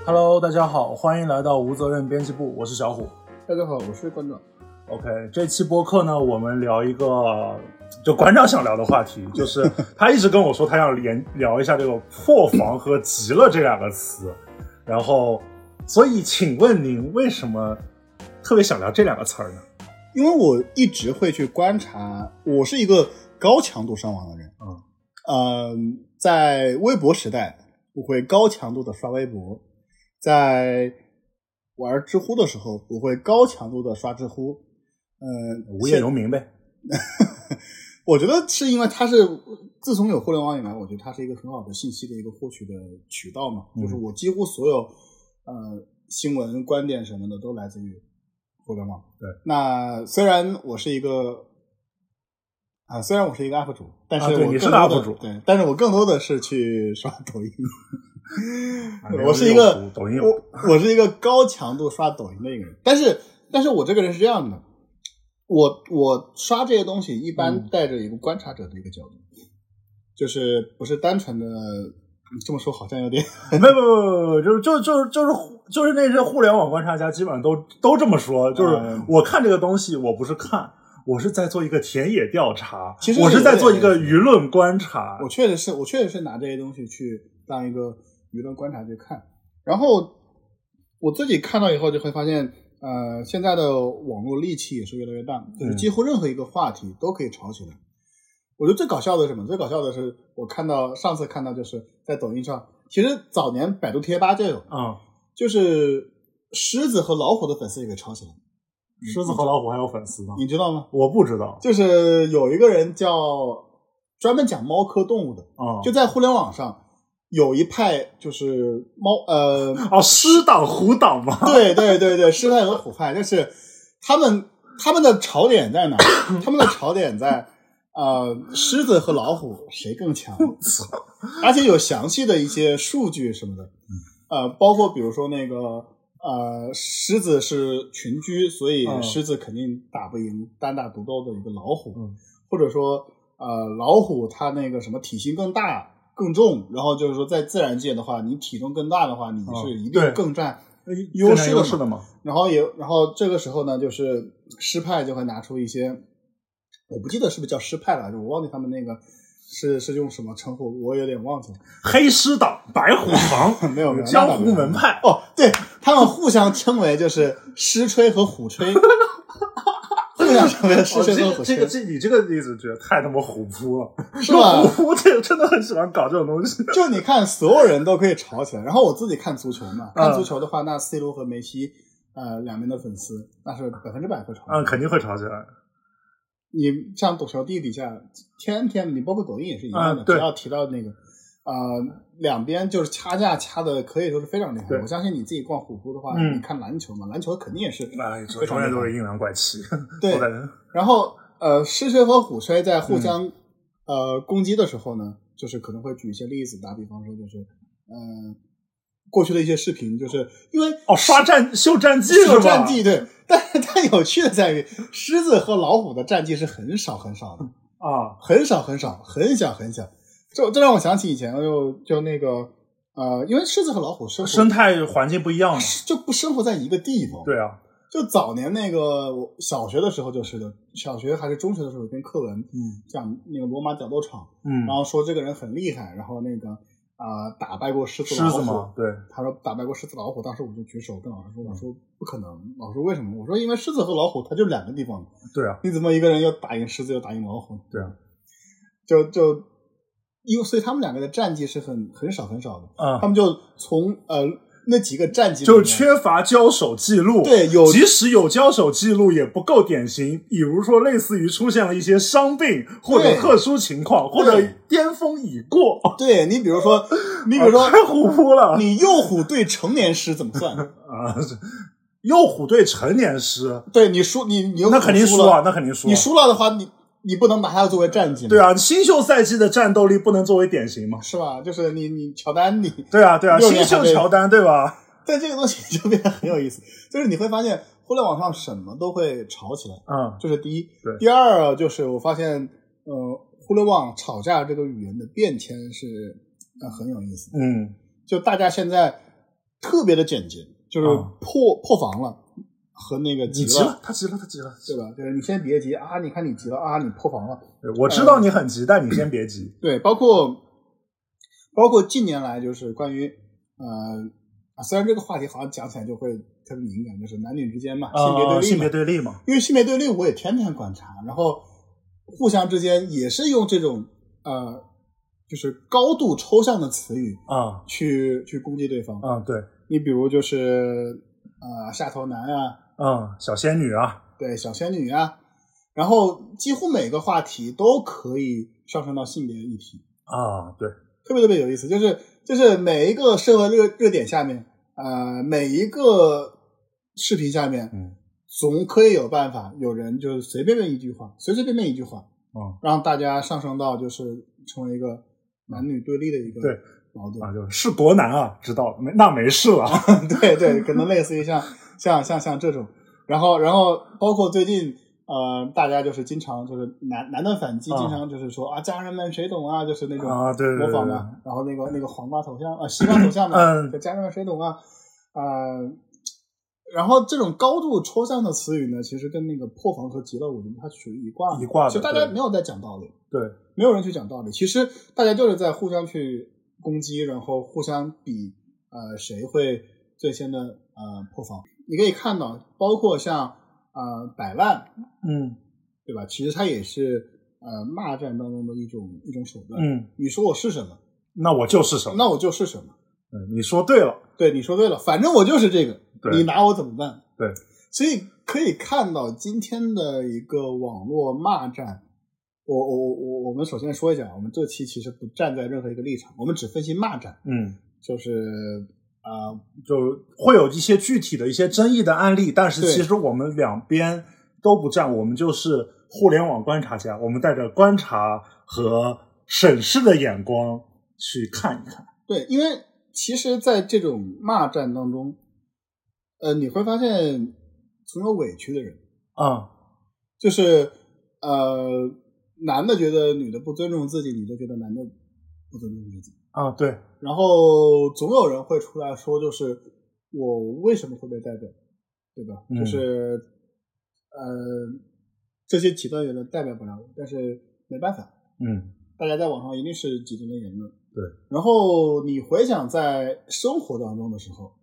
Hello， 大家好，欢迎来到无责任编辑部，我是小虎。 大家好，我是馆长。 OK， 这期播客呢，我们聊一个就馆长想聊的话题，就是他一直跟我说他要聊一下这个破防和急了这两个词，然后所以请问您为什么特别想聊这两个词呢？ 因为我一直会去观察，我是一个高强度上网的人。在微博时代，我会高强度的刷微博；在玩知乎的时候，我会高强度的刷知乎。 无业游民呗。 我觉得是因为它是自从有互联网以来，我觉得它是一个很好的信息的一个获取的渠道嘛。就是我几乎所有新闻观点什么的都来自于互联网。 对， 那虽然我是一个 UP 主，但是对，你是个 UP 主， 对，但是我更多的是去刷抖音。我是一个抖音， 我是一个高强度刷抖音的一个人，但是我这个人是这样的，我刷这些东西一般带着一个观察者的一个角度，就是不是单纯的，这么说好像有点不，就是那些互联网观察家基本上都这么说，就是我看这个东西，我不是看，我是在做一个田野调查， 其实我是在做一个舆论观察。 我确实是拿这些东西去当一个舆论观察去看，然后我自己看到以后就会发现，现在的网络戾气也是越来越大，就是几乎任何一个话题都可以炒起来。我觉得最搞笑的是什么？最搞笑的是我上次看到就是在抖音上，其实早年百度贴吧就有，就是狮子和老虎的粉丝也给炒起来。 狮子和老虎还有粉丝呢？ 你知道吗？ 我不知道。 就是有一个人专门讲猫科动物的，就在互联网上有一派就是狮党虎党吗？ 对，狮派和虎派，就是他们的潮点在哪？他们的潮点在狮子和老虎谁更强？而且有详细的一些数据什么的，包括比如说那个狮子是群居，所以狮子肯定打不赢单打独斗的一个老虎，或者说老虎它那个什么体型更大更重，然后就是说在自然界的话，你体重更大的话，你是一定更占优势的嘛。然后这个时候呢，就是狮派就会拿出一些，我不记得是不是叫狮派了，就我忘记他们那个是用什么称呼，我有点忘记了。 黑狮党、白虎堂没有江湖门派对，他们互相称为就是狮吹和虎吹。互相称为狮吹和虎吹。 你这个例子觉得太他妈虎扑了， 是吧？ 虎扑这个真的很喜欢搞这种东西。 就你看，所有人都可以吵起来。然后我自己看足球嘛，看足球的话，那 C 罗和梅西两边的粉丝那是100%会吵起来。 肯定会吵起来。 你像抖小弟底下天天，你包括抖音也是一样的，只要提到那个两边就是掐架掐的可以说是非常厉害。我相信你自己逛虎扑的话，你看篮球嘛，篮球肯定也是非常厉害， 都是阴阳怪气。 对，然后狮吹和虎吹在互相攻击的时候呢，就是可能会举一些例子，打比方说就是过去的一些视频，就是因为秀战绩是吧？秀战绩，对。但有趣的在于，狮子和老虎的战绩是很少很少的很少很小很小。这让我想起以前就那个因为狮子和老虎生态环境不一样， 就不生活在一个地方。 对啊， 就早年那个小学的时候就是的，小学还是中学的时候有篇课文，讲那个罗马角斗场，然后说这个人很厉害，然后那个打败过狮子老虎吗？对， 他说打败过狮子老虎，当时我就举手跟老师说，我说不可能，老师为什么？我说因为狮子和老虎它就两个地方。 对啊， 你怎么一个人又打赢狮子又打赢老虎？ 对啊， 就因为所以他们两个的战绩是很少很少的，他们就从那几个战绩就缺乏交手记录， 对， 即使有交手记录也不够典型，比如说类似于出现了一些伤病或者特殊情况，或者巅峰已过。 对，你比如说太虎扑了， 你幼虎对成年狮怎么算幼虎对成年狮， 对你输你那肯定输啊，那肯定输。 你输了的话，你不能把它作为战绩。 对啊，新秀赛季的战斗力不能作为典型嘛， 是吧？就是你乔丹对啊，新秀乔丹对吧？ 但这个东西就变得很有意思，就是你会发现互联网上什么都会吵起来，这是第一。第二就是我发现互联网吵架这个语言的变迁是很有意思。就大家现在特别的简洁，就是破防了和那个急了， 他急了， 对吧？就是你先别急啊，你看你急了啊，你破防了。 对，我知道你很急，但你先别急。 对，包括近年来就是关于虽然这个话题好像讲起来就会特别敏感，就是男女之间嘛，性别对立嘛，因为性别对立我也天天观察，然后互相之间也是用这种就是高度抽象的词语去攻击对方对， 你比如就是下头男小仙女对，小仙女然后几乎每个话题都可以上升到性别议题对， 特别特别有意思，就是每一个社会热点下面每一个视频下面总可以有办法有人就是随便一句话让大家上升到就是成为一个男女对立的一个矛盾就是国男知道那没事了对，可能类似于像这种，然后包括最近大家就是经常就是男的反击经常就是说家人们谁懂就是那种模仿然后那个黄瓜头像西瓜头像的家人们谁懂然后这种高度抽象的词语呢，其实跟那个破防和急了，我觉得它属于一挂的，其实大家没有在讲道理， 对， 没有人去讲道理，其实大家就是在互相去攻击，然后互相比谁会最先的破防。你可以看到，包括像摆烂，对吧？其实它也是骂战当中的一种手段。你说我是什么， 那我就是什么。你说对了， 对，你说对了，反正我就是这个，你拿我怎么办？ 对， 所以可以看到今天的一个网络骂战。我们首先说一下，我们这期其实不站在任何一个立场，我们只分析骂战。就是就会有一些具体的一些争议的案例，但是其实我们两边都不站，我们就是互联网观察家，我们带着观察和审视的眼光去看一看。 对，因为其实在这种骂战当中你会发现总有委屈的人就是男的觉得女的不尊重自己，女的觉得男的不尊重自己对， 然后总有人会出来说，就是我为什么会被代表，对吧？就是这些极端言论代表不了我，但是没办法，大家在网上一定是极端的言论， 对。 然后你回想在生活当中的时候，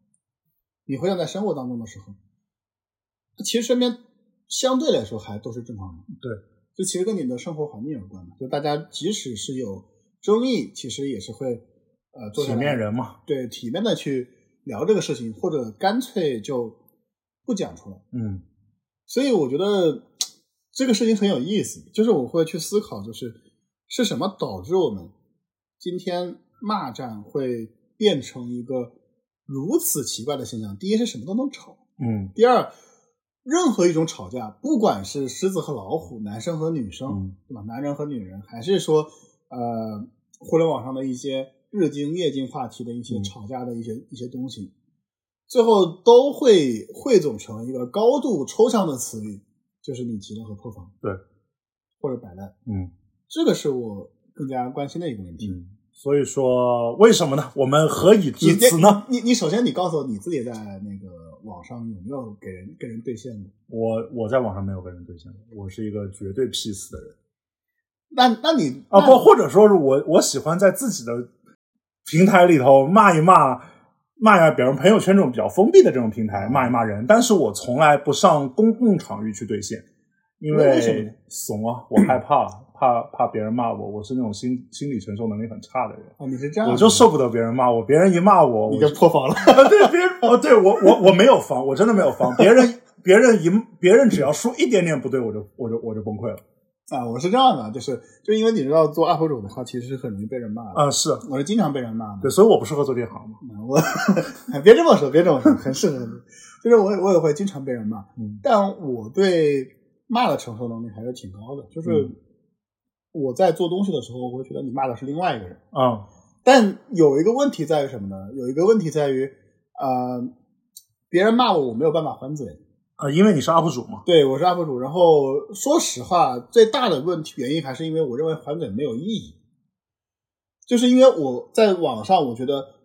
其实身边相对来说还都是正常人， 对， 这其实跟你的生活环境有关的，就大家即使是有争议，其实也是会做体面人嘛， 对，体面的去聊这个事情，或者干脆就不讲出来。所以我觉得这个事情很有意思，就是我会去思考，是什么导致我们今天骂战会变成一个如此奇怪的现象。第一是什么都能吵，第二任何一种吵架，不管是狮子和老虎，男生和女生，对吧？男人和女人，还是说互联网上的一些日经夜经话题的一些吵架的一些东西，最后都会汇总成一个高度抽象的词语，就是你急了和破防， 对， 或者摆烂，这个是我更加关心的一个问题。 所以说为什么呢？我们何以至此呢？ 你首先你告诉我你自己在那个网上有没有跟人对线的？ 我在网上没有跟人对线，我是一个绝对 peace 的人。 那你不，或者说是我喜欢在自己的平台里头骂一骂别人，朋友圈这种比较封闭的这种平台骂一骂人，但是我从来不上公共场域去对线，因为怂我害怕别人骂我是那种心理承受能力很差的人。 你是这样， 我就受不得别人骂我，别人一骂我你就破防了。 对，别人对我没有防，我真的没有防。别人只要说一点点不对，我就崩溃了。 我是这样的，就因为你知道做 UP 主的话，其实是很容易被人骂的。 是， 我是经常被人骂的。 对，所以我不适合做这行嘛。 别这么说，很适合你。就是我也会经常被人骂，但我对骂的承受能力还是挺高的。就是我在做东西的时候，我会觉得你骂的是另外一个人。但有一个问题在于什么呢？有一个问题在于别人骂我没有办法还嘴。 因为你是 UP 主嘛。 对，我是 UP 主。然后说实话，最大的原因还是因为我认为还嘴没有意义。就是因为我在网上，我觉得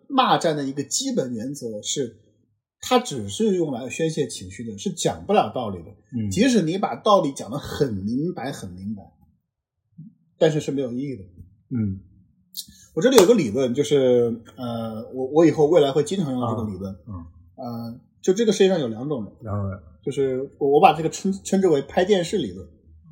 骂战的一个基本原则是，它只是用来宣泄情绪的，是讲不了道理的。即使你把道理讲得很明白很明白，但是是没有意义的。我这里有个理论，就是我以后未来会经常用到这个理论。就这个世界上有两种人，就是我把这个称之为拍电视理论。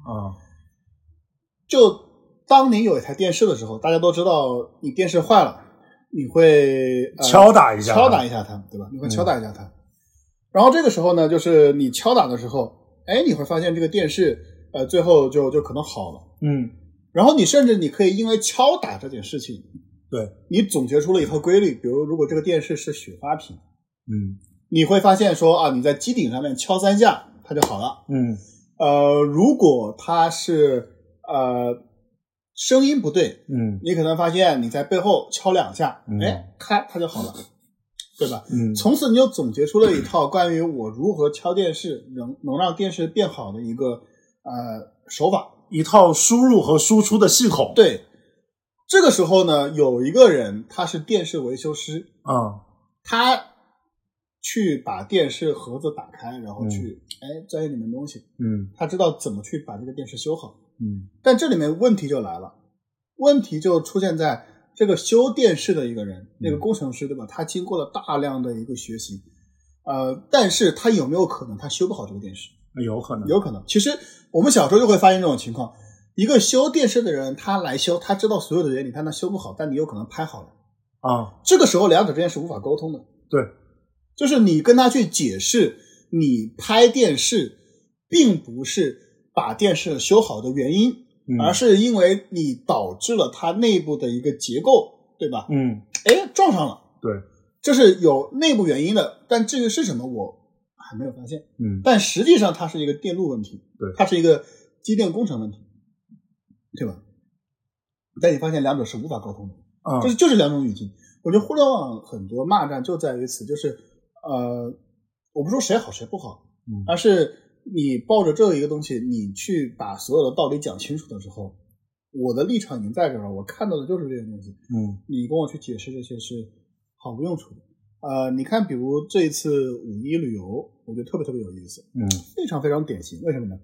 就当你有一台电视的时候，大家都知道你电视坏了，你会敲打一下它，对吧？你会敲打一下它。然后这个时候呢，就是你敲打的时候，你会发现这个电视最后就可能好了。然后你甚至你可以因为敲打这件事情， 对， 你总结出了一套规律。比如如果这个电视是雪花屏，你会发现说你在机顶上面敲3下它就好了。如果它是声音不对，你可能发现你在背后敲2下，它就好了，对吧？从此你就总结出了一套关于我如何敲电视能让电视变好的一个手法， 一套输入和输出的系统。 对，这个时候呢，有一个人他是电视维修师，他去把电视盒子打开，然后去钻研里面东西，他知道怎么去把这个电视修好。但这里面问题就来了，问题就出现在这个修电视的一个人，那个工程师，对吧？他经过了大量的一个学习，但是他有没有可能他修不好这个电视？ 有可能。 其实我们小时候就会发现这种情况，一个修电视的人他来修，他知道所有的原理，但他修不好，但你有可能拍好了这个时候两者之间是无法沟通的。 对， 就是你跟他去解释你拍电视并不是把电视修好的原因，而是因为你导致了它内部的一个结构，对吧？撞上了。 对， 这是有内部原因的，但至于是什么我还没有发现。但实际上它是一个电路问题， 对， 它是一个机电工程问题，对吧？但你发现两者是无法沟通的，就是两种语境。我觉得互联网很多骂战就在于此，就是我不说谁好谁不好，而是你抱着这一个东西，你去把所有的道理讲清楚的时候，我的立场已经在这儿了，我看到的就是这些东西。你跟我去解释这些是毫无用处的。你看，比如这一次5·1旅游，我觉得特别特别有意思，非常非常典型。为什么呢？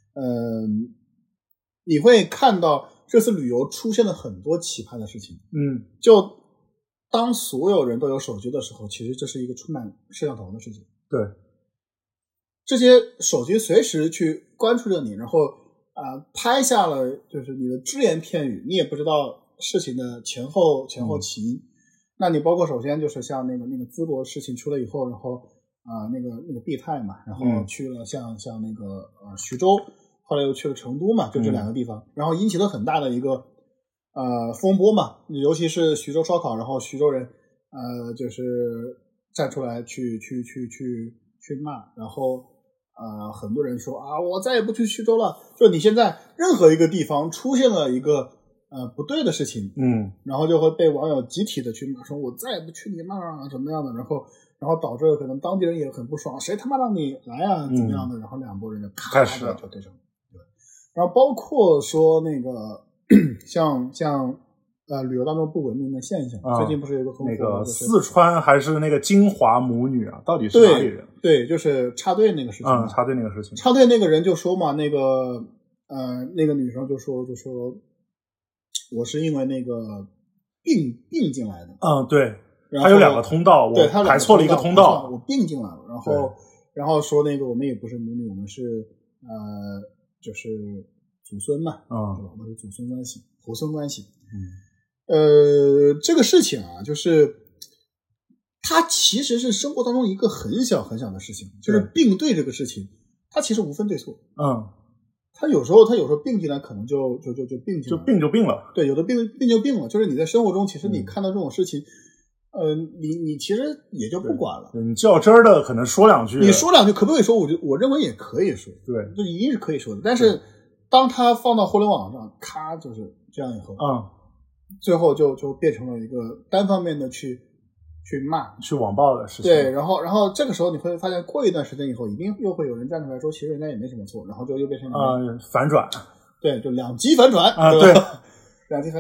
你会看到这次旅游出现了很多奇葩的事情。就当所有人都有手机的时候，其实这是一个充满摄像头的事情。 对， 这些手机随时去关注着你，然后拍下了就是你的只言片语，你也不知道事情的前后起因。那你包括首先就是像那个淄博事情出了以后，然后那个毕泰嘛，然后去了像那个徐州，后来又去了成都嘛，就这2个地方，然后引起了很大的一个风波嘛，尤其是徐州烧烤，然后徐州人就是站出来去骂，然后很多人说我再也不去徐州了。就你现在任何一个地方出现了一个不对的事情，然后就会被网友集体的去骂，说我再也不去你那儿啊什么样的，然后导致可能当地人也很不爽，谁他妈让你来啊怎么样的，然后两拨人就咔就对上了。然后包括说那个像旅游当中不文明的现象，最近不是有一个很火的那个四川还是那个金华母女啊，到底是哪里人？ 对，就是插队那个事情。 插队那个事情。 插队那个人就说嘛，那个女生就说我是因为那个病进来的。 对，他有2个通道，我排错了一个通道， 我病进来了。然后说那个我们也不是母女，我们是就是祖孙嘛，对吧？我们是祖孙关系、婆孙关系。这个事情就是它其实是生活当中一个很小很小的事情，就是病对这个事情，它其实无分对错。他有时候病进来，可能就病进来， 就病了。 对，有的病就病了，就是你在生活中，其实你看到这种事情，你其实也就不管了。 你较真儿的可能说2句， 你说2句可不可以说？我认为也可以说， 对， 就一定是可以说的。但是当他放到互联网上，咔就是这样以后，最后就变成了一个单方面的去骂、 去网暴的事情。 对，然后这个时候你会发现，过一段时间以后，一定又会有人站出来说，其实人家也没什么错，然后就又变成反转。 对，就2极反转对 ，2极反转。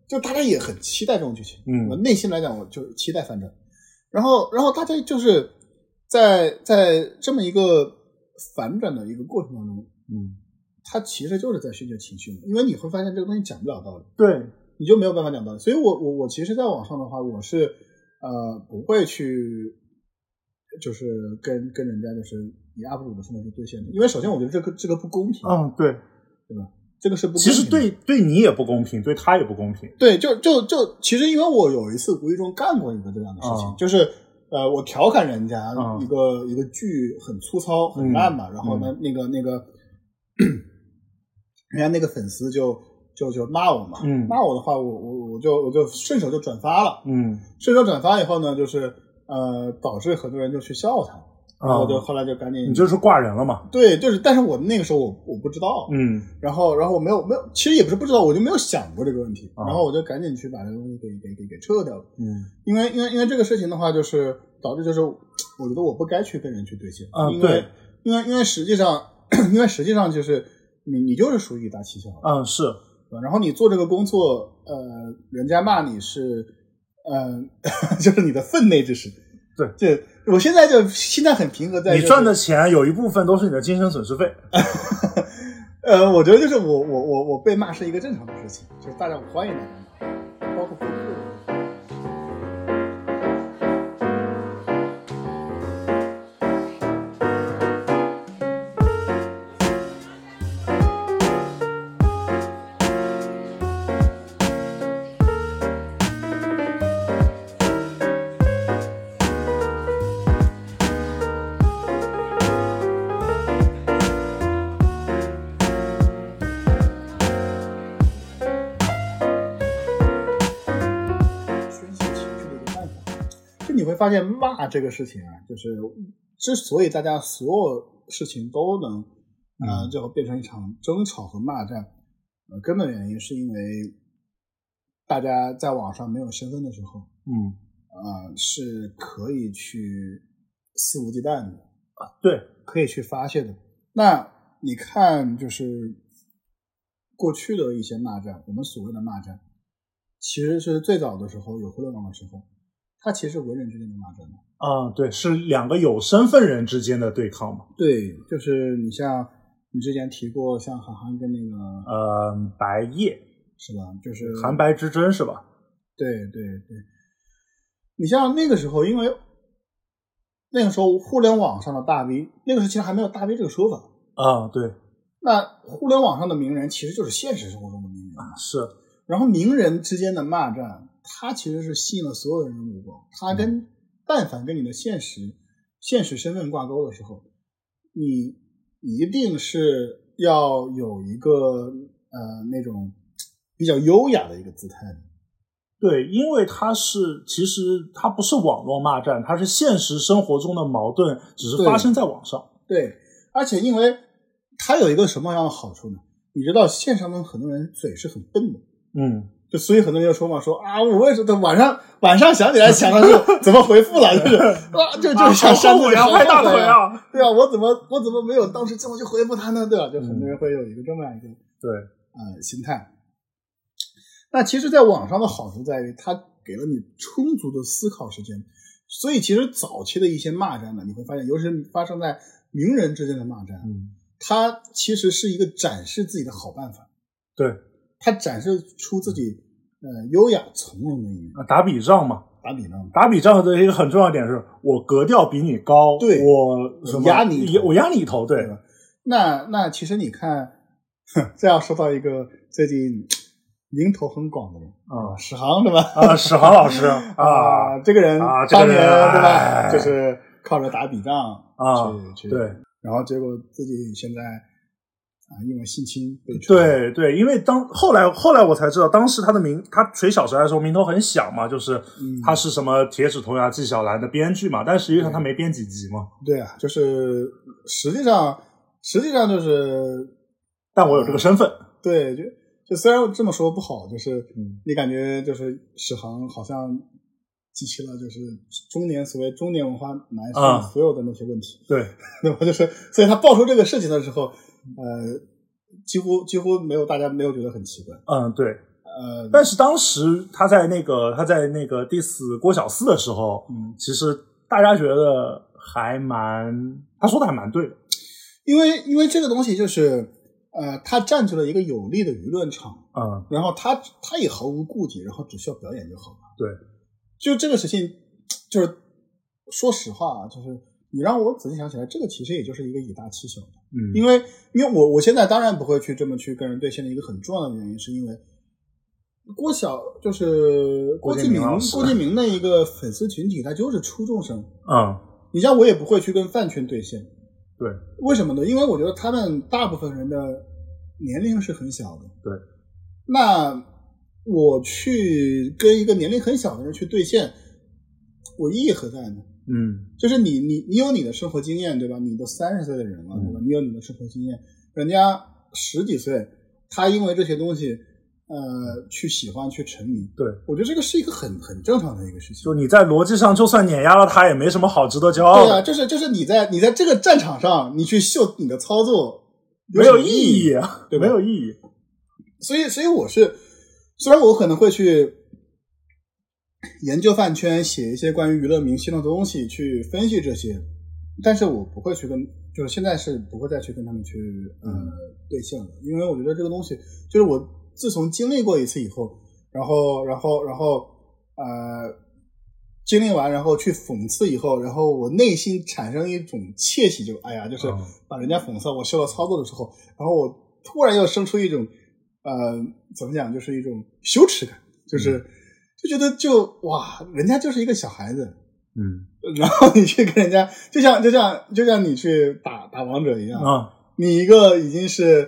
就大家也很期待这种剧情。我嗯内心来讲，我就是期待反转。然后大家就是在这么一个反转的一个过程当中，它其实就是在宣泄情绪嘛，因为你会发现这个东西讲不了道理， 对， 你就没有办法讲道理。所以我其实在网上的话，我是不会去就是跟人家就是以 UP 主的身份去对线的，因为首先我觉得这个不公平， 对， 对吧？这个是不公平的。 其实对你也不公平，对他也不公平。 对，就其实因为我有一次无意中干过一个这样的事情，就是我调侃人家一个剧很粗糙很烂嘛，然后呢那个人家那个粉丝就骂我嘛，骂我的话我就顺手就转发了，顺手转发以后呢，就是导致很多人就去笑他。然后后来就赶紧， 你就是挂人了嘛？ 对，就是，但是我那个时候我不知道，然后我没有，其实也不是不知道，我就没有想过这个问题，然后我就赶紧去把这个东西给撤掉了，因为这个事情的话，就是导致就是我觉得我不该去跟人去对线，因为实际上就是你就是属于以大欺小， 是， 然后你做这个工作，人家骂你是，就是你的分内之事。对，我现在心态很平和，在你赚的钱有一部分都是你的精神损失费。 我觉得就是我被骂是一个正常的事情，就是大家欢迎大家，包括客户。你会发现骂这个事情啊，就是之所以大家所有事情都能最后变成一场争吵和骂战，根本原因是因为大家在网上没有身份的时候，是可以去肆无忌惮的， 对， 可以去发泄的。那你看，就是过去的一些骂战，我们所谓的骂战，其实是最早的时候有互联网的时候。它其实文人之间的骂战嘛， 对，是两个有身份人之间的对抗嘛。 对，就是你像你之前提过，像韩寒跟那个白夜是吧？就是韩白之争是吧？ 对，你像那个时候，因为那个时候互联网上的大 V， 那个时候其实还没有大 V 这个说法对。 那互联网上的名人其实就是现实生活中的名人是。 然后名人之间的骂战，它其实是吸引了所有人的目光。它但凡跟你的现实身份挂钩的时候，你一定是要有一个那种比较优雅的一个姿态的。 对，因为其实它不是网络骂战，它是现实生活中的矛盾，只是发生在网上。 对，而且因为它有一个什么样的好处呢？你知道线上的很多人嘴是很笨的。就所以很多人就说嘛，说我为什么晚上想起来想的是怎么回复了，就是想扇自己拍大腿啊，对啊，我怎么没有当时这么去回复他呢？对吧？就很多人会有一个这么样一个心态。那其实在网上的好处在于它给了你充足的思考时间，所以其实早期的一些骂战呢，你会发现尤其是发生在名人之间的骂战，它其实是一个展示自己的好办法。 对， 他展示出自己优雅从容的一面。 打笔仗嘛， 打笔仗的一个很重要的点是我格调比你高， 对， 我压你一头，对。 那其实你看，这要说到一个最近名头很广的人史航，对吧？ 史航老师这个人当年对吧，就是靠着打笔仗去对， 然后结果自己现在因为性侵被对，因为后来我才知道，当时他锤小时代的时候名头很响嘛，就是他是什么铁齿铜牙纪晓岚的编剧嘛，但实际上他没编几集嘛。 对啊，就是实际上就是， 但我有这个身份。 对，就虽然这么说不好，就是你感觉就是史航好像集齐了就是所谓中年文化男性所有的那些问题。 对吧？就是所以他爆出这个事情的时候。几乎大家没有觉得很奇怪， 对， 但是当时他在那个 diss 郭小四的时候，其实大家觉得他说的还蛮对的， 因为这个东西就是他占据了一个有利的舆论场，然后他也毫无顾忌，然后只需要表演就好了。 对， 就这个事情，就是说实话，就是你让我仔细想起来，这个其实也就是一个以大欺小的。因为我现在当然不会去这么去跟人对线的一个很重要的原因，是因为就是郭敬明的一个粉丝群体，他就是初中生。你像我也不会去跟饭圈对线。 对， 为什么呢？因为我觉得他们大部分人的年龄是很小的。 对，那我去跟一个年龄很小的人去对线，我意义何在呢？就是你有你的生活经验，对吧？你都30岁的人了，对吧？你有你的生活经验，人家10几岁，他因为这些东西去喜欢去沉迷。对，我觉得这个是一个很正常的一个事情。 就你在逻辑上就算碾压了他，也没什么好值得骄傲的。 对啊，就是你在这个战场上，你去秀你的操作没有意义啊， 对吧？ 没有意义。 所以虽然我可能会去研究饭圈，写一些关于娱乐明星的东西，去分析这些，但是我不会去就是现在是不会再去跟他们去对线了，因为我觉得这个东西就是我自从经历过一次以后，然后经历完，然后去讽刺以后，然后我内心产生一种窃喜，就是把人家讽刺我秀了操作的时候，然后我突然又生出一种怎么讲，就是一种羞耻感，就觉得哇，人家就是一个小孩子，然后你去跟人家，就像你去打王者一样，你一个已经是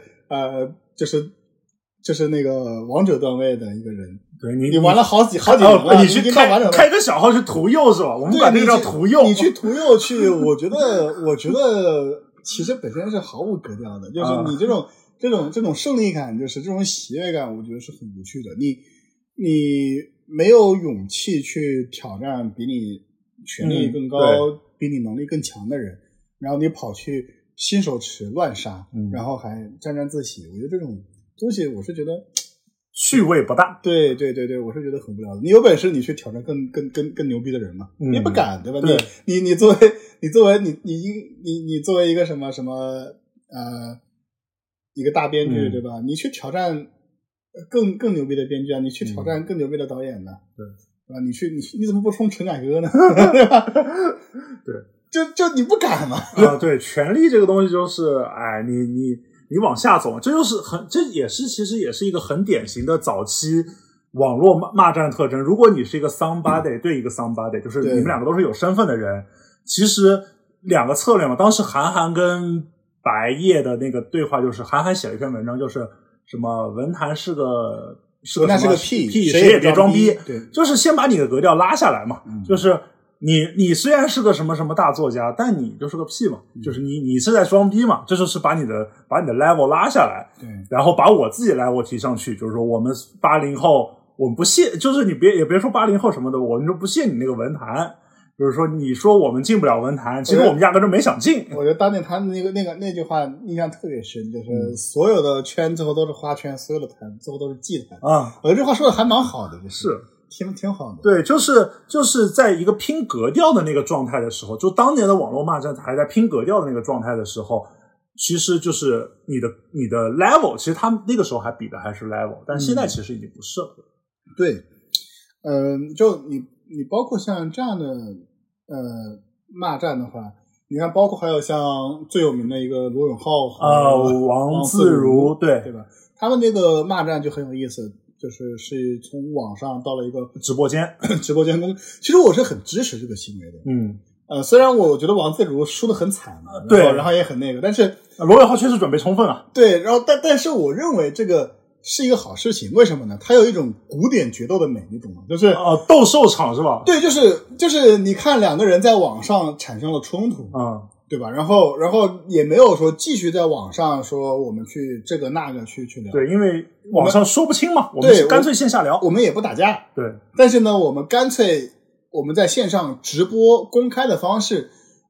就是那个王者段位的一个人， 对你玩了好几年了， 你去开个小号去屠幼是吧？我们管这个叫屠幼。 你去屠幼去，我觉得其实本身是毫无格调的，就是你这种胜利感，就是这种喜悦感，我觉得是很无趣的。你没有勇气去挑战比你权力更高、比你能力更强的人，然后你跑去新手池乱杀，然后还沾沾自喜，我觉得这种东西我是觉得趣味不大。 对，我是觉得很无聊的。你有本事你去挑战更牛逼的人嘛？你不敢，对吧？ 对， 你作为一个什么一个大编剧，对吧？你去挑战更牛逼的编剧啊，你去挑战更牛逼的导演呢？对吧？你怎么不冲陈凯歌呢？对吧？对，就你不敢嘛？ 对，权力这个东西就是你往下走，这其实也是一个很典型的早期网络骂战特征。如果你是一个 somebody 对一个 somebody， 就是你们两个都是有身份的人，其实两个策略嘛。当时韩寒跟白夜的那个对话，就是韩寒写了一篇文章，就是什么文坛是个屁， 谁也别装逼， 对， 就是先把你的格调拉下来嘛，就是你虽然是个什么什么大作家，但你就是个屁嘛，就是你是在装逼嘛，这就是把你的 level 拉下来， 对， 然后把我自己 level 提上去，就是说我们80后，我们不屑，就是也别说80后什么的，我们就不屑你那个文坛，就是说你说我们进不了文坛，其实我们压根就没想进。 我觉得当年他那句话印象特别深，就是所有的圈最后都是花圈，所有的坛最后都是祭坛啊。我觉得这话说的还蛮好的，就是挺好的。 对，就是在一个拼格调的那个状态的时候，就当年的网络骂战还在拼格调的那个状态的时候，其实就是你的 level， 其实他们那个时候还比的还是 level， 但现在其实已经不是了。 对，就你包括像这样的骂战的话，你看，包括还有像最有名的一个罗永浩和王自如， 对吧？他们那个骂战就很有意思，就是从网上到了一个直播间公，其实我是很支持这个行为的。虽然我觉得王自如输得很惨嘛， 对， 然后也很那个，但是罗永浩确实准备充分啊。 对，然后但是我认为这个是一个好事情，为什么呢？它有一种古典决斗的美，你懂吗？就是斗兽场是吧？ 对，就是你看两个人在网上产生了冲突，对吧？然后也没有说继续在网上说我们去这个那个去聊， 对，因为网上说不清嘛，我们是干脆线下聊， 我们也不打架， 对。 但是呢，我们干脆我们在线上直播公开的方式，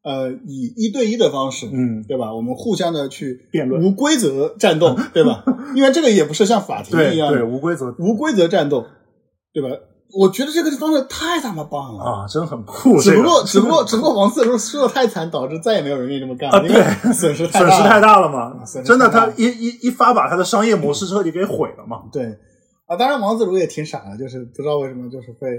以1对1的方式，对吧？我们互相的去辩论， 无规则战斗，对吧？因为这个也不是像法庭一样， 对，无规则战斗，对吧？我觉得这个方式太他妈棒了啊，真很酷。 只不过王自如输的太惨，导致再也没有人愿意这么干了， 因为损失太大了嘛。真的，他一发把他的商业模式彻底给毁了嘛。 对啊，当然王自如也挺傻的，就是不知道为什么就是会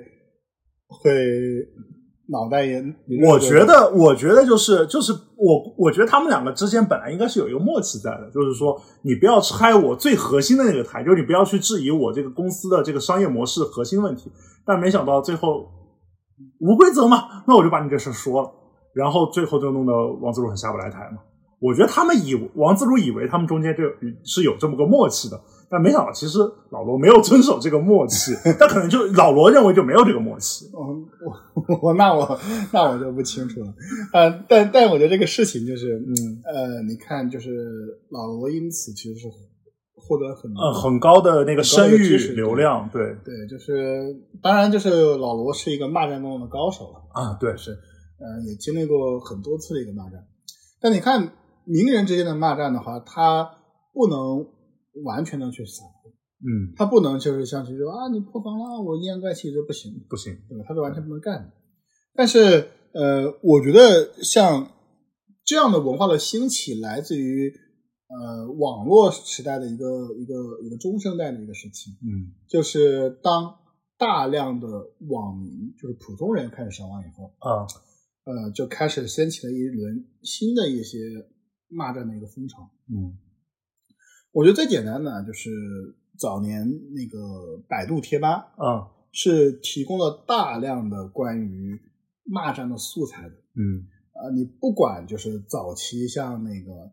脑袋也， 我觉得就是我觉得他们两个之间本来应该是有一个默契在的，就是说你不要拆我最核心的那个台，就是你不要去质疑我这个公司的这个商业模式核心问题。但没想到最后无规则嘛，那我就把你这事说了，然后最后就弄得王自如很下不来台嘛。我觉得王自如以为他们中间是有这么个默契的，但没想到其实老罗没有遵守这个默契，但可能就老罗认为就没有这个默契。 那我就不清楚了。但我觉得这个事情就是，你看，就是老罗因此其实是获得很高的那个声誉流量，对， 就是当然就是老罗是一个骂战中的高手了啊，对， 是也经历过很多次的一个骂战。但你看名人之间的骂战的话，他不能完全的去撒泼，他不能就是像去说啊你破防了，我阴阳怪气，这不行，对吧？他是完全不能干的。但是我觉得像这样的文化的兴起，来自于网络时代的一个中生代的一个时期，就是当大量的网民就是普通人开始上网以后就开始掀起了一轮新的一些骂战的一个风潮。我觉得最简单的就是早年那个百度贴吧是提供了大量的关于骂战的素材的。你不管就是早期像那个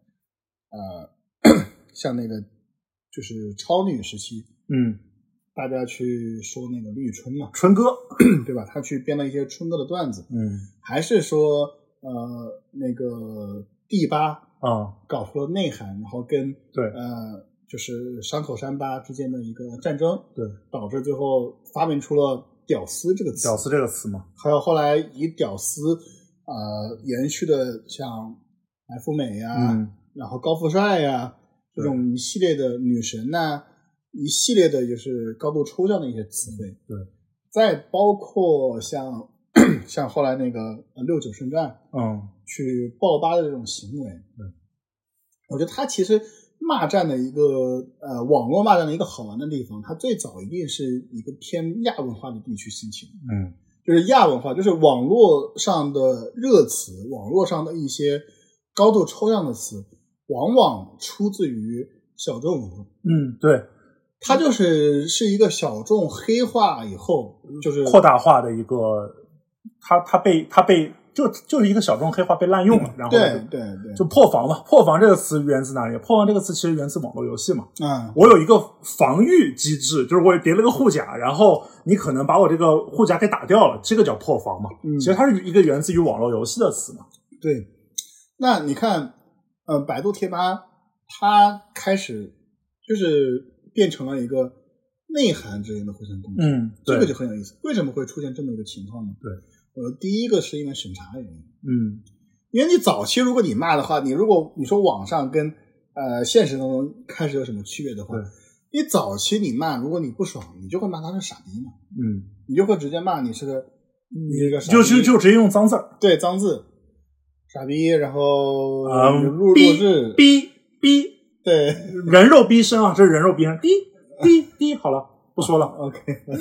就是超女时期，大家去说那个李宇春嘛， 春哥， 对吧？他去编了一些春哥的段子，还是说那个第八搞出了内涵，然后跟就是山口山巴之间的一个战争， 对， 导致最后发明出了屌丝这个词， 屌丝这个词嘛， 还有后来以屌丝延续的像白富美呀，然后高富帅呀这种一系列的女神呐。一系列的就是高度抽象的一些词汇， 对， 再包括像后来那个69圣战，去爆吧的这种行为，我觉得它其实骂战的一个网络骂战的一个好玩的地方，它最早一定是一个偏亚文化的地区兴起的，就是亚文化，就是网络上的热词，网络上的一些高度抽象的词，往往出自于小众文化， 对。 它就是一个小众黑化以后，就是扩大化的一个，它被就是一个小众黑化被滥用了，然后对， 就破防嘛。破防这个词源自哪里？破防这个词其实源自网络游戏嘛。 我有一个防御机制，就是我叠了个护甲，然后你可能把我这个护甲给打掉了，这个叫破防嘛。其实它是一个源自于网络游戏的词嘛。 对，那你看，百度贴吧它开始就是变成了一个内涵之间的互相攻击，这个就很有意思。为什么会出现这么一个情况呢？ 对， 第一个是因为审查原因，因为你早期如果你骂的话，如果你说网上跟现实当中开始有什么区别的话，你早期你骂，如果你不爽，你就会骂他是傻逼嘛，你就会直接骂你是个傻逼， 就直接用脏字， 对，脏字，傻逼，然后弱智， 逼。 对， 人肉逼声啊，这是人肉逼声，滴，好了，不说了。 OK，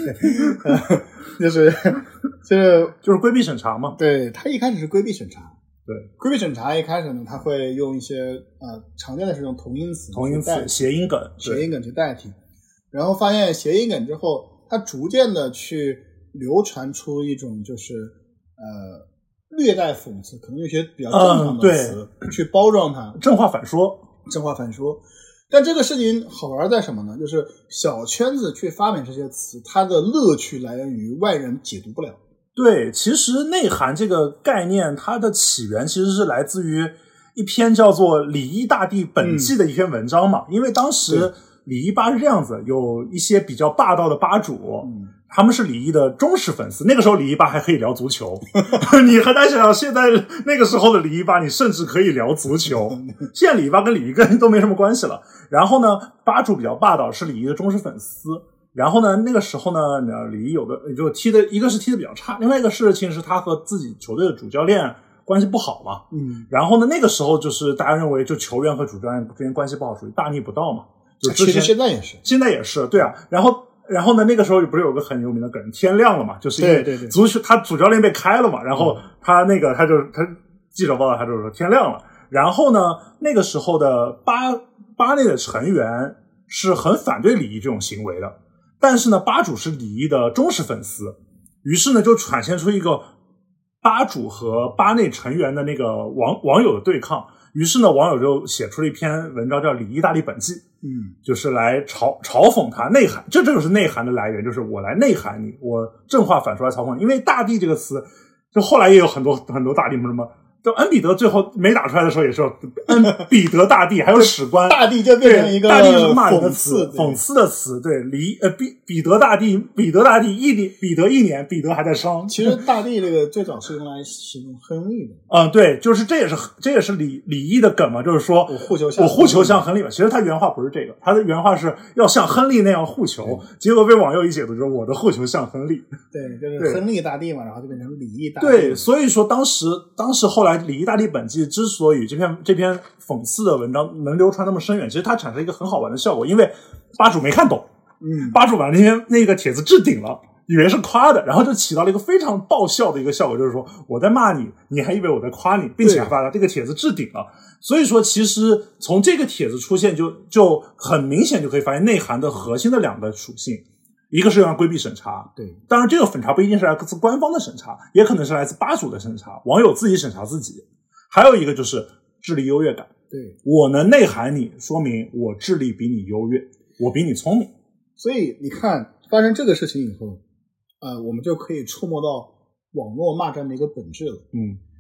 就是规避审查嘛。 对，他一开始是规避审查。 对， 规避审查一开始呢，他会用一些常见的是用同音词、 谐音梗去代替，然后发现谐音梗之后，他逐渐的去流传出一种就是略带讽刺，可能有些比较正常的词去包装它， 正话反说。 但这个事情好玩在什么呢？就是小圈子去发明这些词，它的乐趣来源于外人解读不了。 对，其实内涵这个概念，它的起源其实是来自于一篇叫做《李一大帝本纪》的一篇文章嘛。因为当时李一吧是这样子，有一些比较霸道的吧主， 他们是李毅的忠实粉丝。那个时候李毅吧还可以聊足球，你很难想象现在那个时候的李毅吧，你甚至可以聊足球。现在李毅吧跟李毅根都没什么关系了。然后呢，吧主比较霸道，是李毅的忠实粉丝。然后呢，那个时候呢，李毅有个就踢的，一个是踢的比较差，另外一个事情是他和自己球队的主教练关系不好嘛。然后呢，那个时候就是大家认为就球员和主教练之间关系不好，属于大逆不道嘛。就之前其实现在也是， 对啊。然后呢，那个时候不是有个很有名的梗，天亮了嘛，就是因为足球他主教练被开了嘛，然后他记者报道他就说天亮了。然后呢，那个时候的巴内的成员是很反对李毅这种行为的，但是呢，吧主是李毅的忠实粉丝，于是呢就产生出一个吧主和吧内成员的那个网友的对抗。于是呢，网友就写出了一篇文章叫《李毅大帝本纪》，就是来嘲讽他内涵，这就是内涵的来源，就是我来内涵你，我正话反说来嘲讽你。因为大帝这个词，就后来也有很多大帝什么。就恩比德最后没打出来的时候也说恩比德大帝，还有史官大帝就变成一个大帝是骂人的词， 讽刺的词。对，彼得大帝彼得一年彼得还在伤。 其实大帝这个最早是用来形容亨利的。 对，就是这也是李毅的梗嘛，就是说我护球像亨利嘛。其实他原话不是这个，他的原话是要像亨利那样护球，结果被网友一解读就是我的护球像亨利。 对，就是亨利大帝嘛，然后就变成李毅大帝。 对，所以说当时后来李毅大帝本纪之所以这篇讽刺的文章能流传那么深远，其实它产生一个很好玩的效果，因为吧主没看懂，吧主把那个帖子置顶了，以为是夸的，然后就起到了一个非常爆笑的一个效果，就是说我在骂你，你还以为我在夸你，并且还把这个帖子置顶了。所以说其实从这个帖子出现就很明显就可以发现内涵的核心的两个属性，一个是要规避审查， 对， 当然这个审查不一定是来自官方的审查，也可能是来自吧主的审查，网友自己审查自己。还有一个就是智力优越感， 对， 我能内涵你，说明我智力比你优越，我比你聪明。 所以你看发生这个事情以后，我们就可以触摸到网络骂战的一个本质了。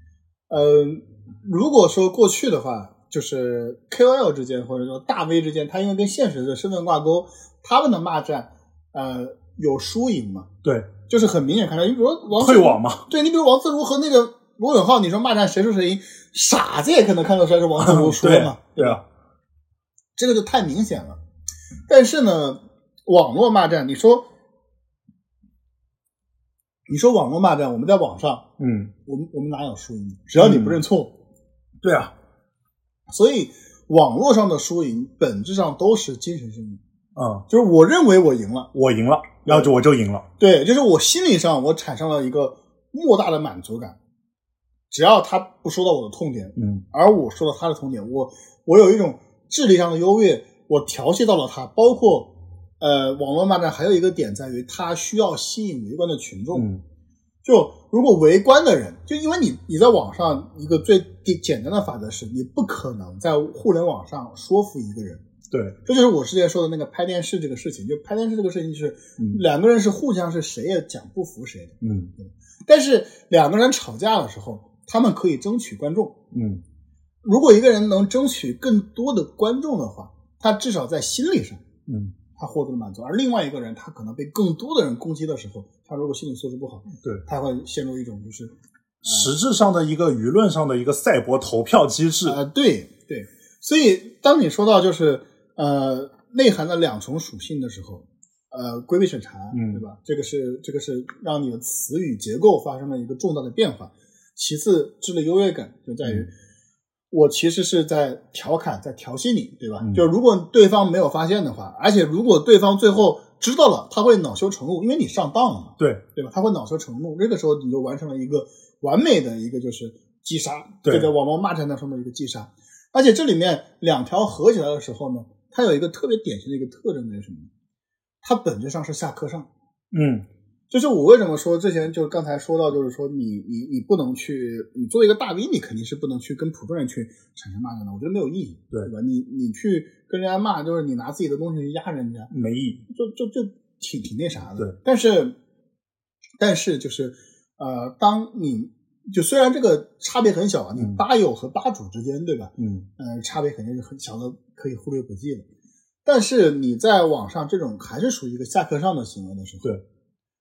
如果说过去的话，就是 KOL 之间或者说大 V 之间，他因为跟现实的身份挂钩，他们的骂战有输赢嘛？对，就是很明显看到，你比如说退网嘛， 对，你比如王自如和那个罗永浩，你说骂战谁输谁赢，傻子也可能看得出来是王自如输了嘛， 对啊， 这个就太明显了。但是呢，网络骂战，你说网络骂战，我们在网上，我们哪有输赢？只要你不认错， 对啊， 所以网络上的输赢本质上都是精神胜利。就是我认为我赢了， 然后我就赢了。 对，就是我心理上我产生了一个莫大的满足感。只要他不说到我的痛点，而我说到他的痛点，我有一种智力上的优越，我调戏到了他。包括网络骂战还有一个点在于，他需要吸引围观的群众。就如果围观的人，就因为你在网上一个最简单的法则是，你不可能在互联网上说服一个人。对，这就是我之前说的那个拍电视这个事情。就拍电视这个事情是两个人是互相是谁也讲不服谁的。但是两个人吵架的时候，他们可以争取观众。如果一个人能争取更多的观众的话，他至少在心理上，他获得了满足。而另外一个人，他可能被更多的人攻击的时候，他如果心理素质不好，对，他会陷入一种就是实质上的一个舆论上的一个赛博投票机制。 对。所以当你说到就是内涵的两重属性的时候，规避审查，对吧？这个是让你的词语结构发生了一个重大的变化。其次，智力优越感就在于我其实是在调侃，在调戏你，对吧？就如果对方没有发现的话，而且如果对方最后知道了，他会恼羞成怒，因为你上当了嘛，对吧？他会恼羞成怒，这个时候你就完成了一个完美的一个就是击杀，这个网络骂战当中的一个击杀。而且这里面两条合起来的时候呢，它有一个特别典型的一个特征是什么？它本质上是下课上。就是我为什么说之前就刚才说到，就是说你不能去，你作为一个大 V， 你肯定是不能去跟普通人去产生骂战的，我觉得没有意义，对吧？你去跟人家骂，就是你拿自己的东西去压人家，没意义，就挺那啥的。对，但是就是当你就虽然这个差别很小啊，你吧友和吧主之间，对吧？差别肯定是很小的，可以忽略不计的。但是你在网上这种还是属于一个下课上的行为的时候，对。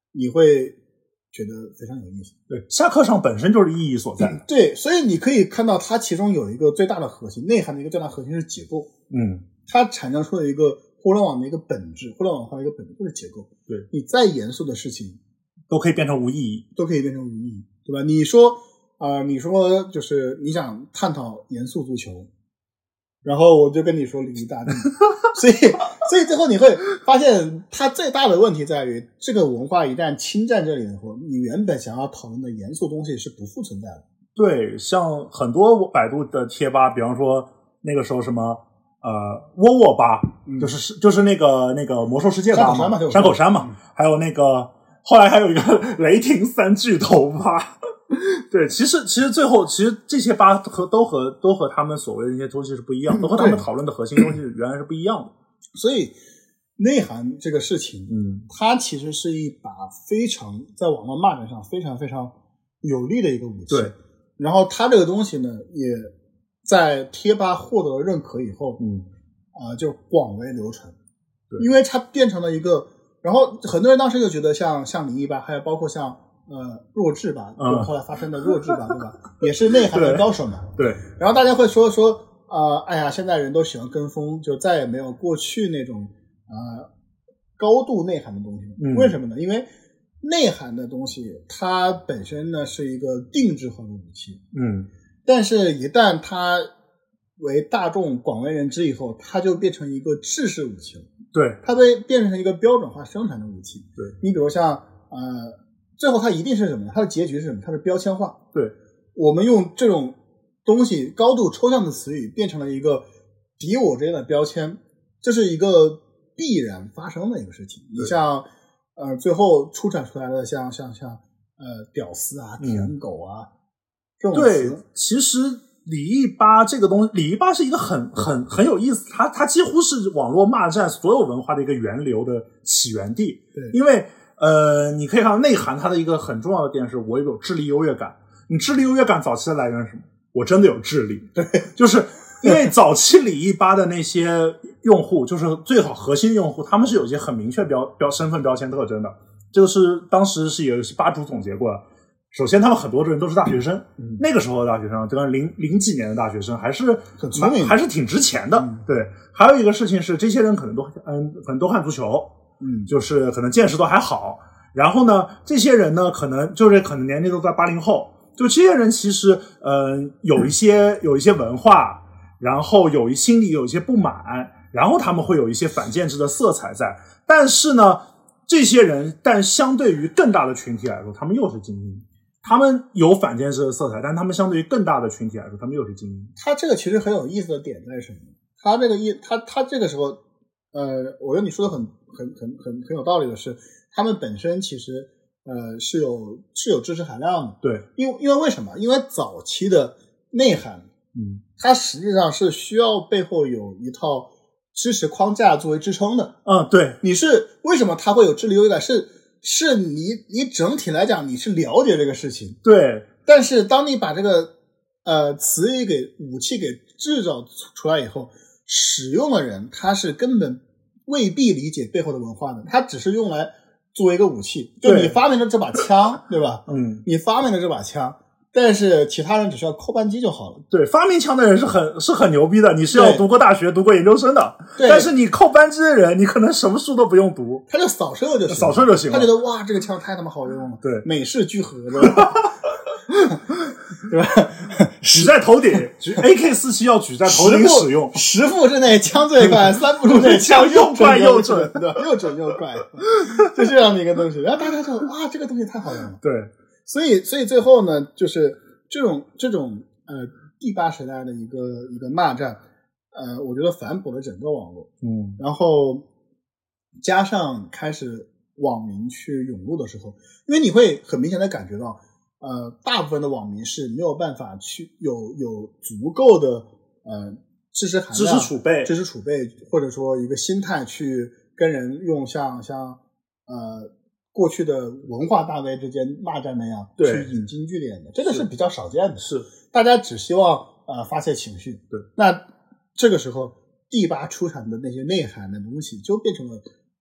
你会觉得非常有意思。 对，下课上本身就是意义所在。 对，所以你可以看到它其中有一个最大的核心，内涵的一个最大核心是结构。它产生出了一个互联网的一个本质，互联网化的一个本质就是结构。 对， 你再严肃的事情都可以变成无意义， 对吧？你说就是你想探讨严肃足球，然后我就跟你说礼仪大帝，所以最后你会发现，它最大的问题在于，这个文化一旦侵占这里以后，你原本想要讨论的严肃东西是不复存在的。 对，像很多百度的贴吧，比方说那个时候什么窝窝吧，就是那个魔兽世界吧嘛，山口山嘛，还有那个后来还有一个雷霆三巨头吧。对，其实最后这些吧都和他们所谓的那些东西是不一样，都和他们讨论的核心东西原来是不一样的。 所以内涵这个事情，它其实是一把非常在网络骂战上非常非常有力的一个武器。 对， 然后它这个东西呢，也在贴吧获得了认可以后，就广为流传。对，因为它变成了一个，然后很多人当时就觉得像礼仪吧，还有包括像弱智吧，后来发生的弱智吧，对吧？也是内涵的高手嘛。 对。 然后大家会说哎呀，现在人都喜欢跟风，就再也没有过去那种高度内涵的东西了。为什么呢？因为内涵的东西它本身呢是一个定制化的武器。但是一旦它为大众广为人知以后，它就变成一个制式武器了。 对， 它被变成一个标准化生产的武器。 对， 你比如像最后它一定是什么呢？它的结局是什么？它是标签化。 对， 我们用这种东西高度抽象的词语变成了一个敌我之间的标签，这是一个必然发生的一个事情。你像最后出产出来的像屌丝啊、舔狗啊这种词。 对，其实礼仪吧这个东西，礼仪吧是一个很有意思，它几乎是网络骂战所有文化的一个源流的起源地。 对， 因为你可以看到内涵它的一个很重要的点是，我有智力优越感。你智力优越感早期的来源是什么？我真的有智力。 对， 就是因为早期礼仪吧的那些用户，就是最好核心用户，他们是有一些很明确身份标签特征的。这个是当时是有吧主总结过的。首先他们很多人都是大学生，那个时候的大学生，这个零几年的大学生还是很聪明， 还是挺值钱的。对，还有一个事情是，这些人可能都看足球，就是可能见识都还好。然后呢，这些人呢，可能年龄都在80后，就这些人其实有一些文化，然后心里有一些不满，然后他们会有一些反建制的色彩在。但是呢，这些人相对于更大的群体来说，他们又是精英。他们有反建制的色彩，但他们相对于更大的群体来说，他们又是精英。 他这个其实很有意思的点在什么？他这个时候，我觉得你说的很有道理的是，他们本身其实是有知识含量的。 对， 因为为什么？因为早期的内涵，它实际上是需要背后有一套知识框架作为支撑的。 对， 你是为什么他会有智力优越感？是你整体来讲你是了解这个事情， 对。 但是当你把这个词语武器给制造出来以后，使用的人他是根本未必理解背后的文化的，他只是用来作为一个武器。就你发明了这把枪，对吧？你发明了这把枪，但是其他人只需要扣扳机就好了。 对，发明枪的人是很牛逼的，你是要读过大学、读过研究生的。但是你扣扳机的人，你可能什么书都不用读， 他就扫射就行了。他觉得哇，这个枪太他妈好用了， 对， 美式聚合，对吧？对吧？ 举在头顶，AK47要举在头顶使用 ，10步之内枪最快，3步之内枪又快又准， 对，又准又快，就这样的一个东西。然后大家说哇，这个东西太好用了。 对。 所以最后呢，就是这种第8时代的一个骂战，我觉得反哺了整个网络，然后加上开始网民去涌入的时候，因为你会很明显的感觉到，大部分的网民是没有办法去有足够的知识含量、知识储备，或者说一个心态去跟人用像过去的文化大 V 之间骂战那样去引经据典的，这个是比较少见的。 是， 大家只希望发泄情绪。 对， 那这个时候第8出产的那些内涵的东西就变成了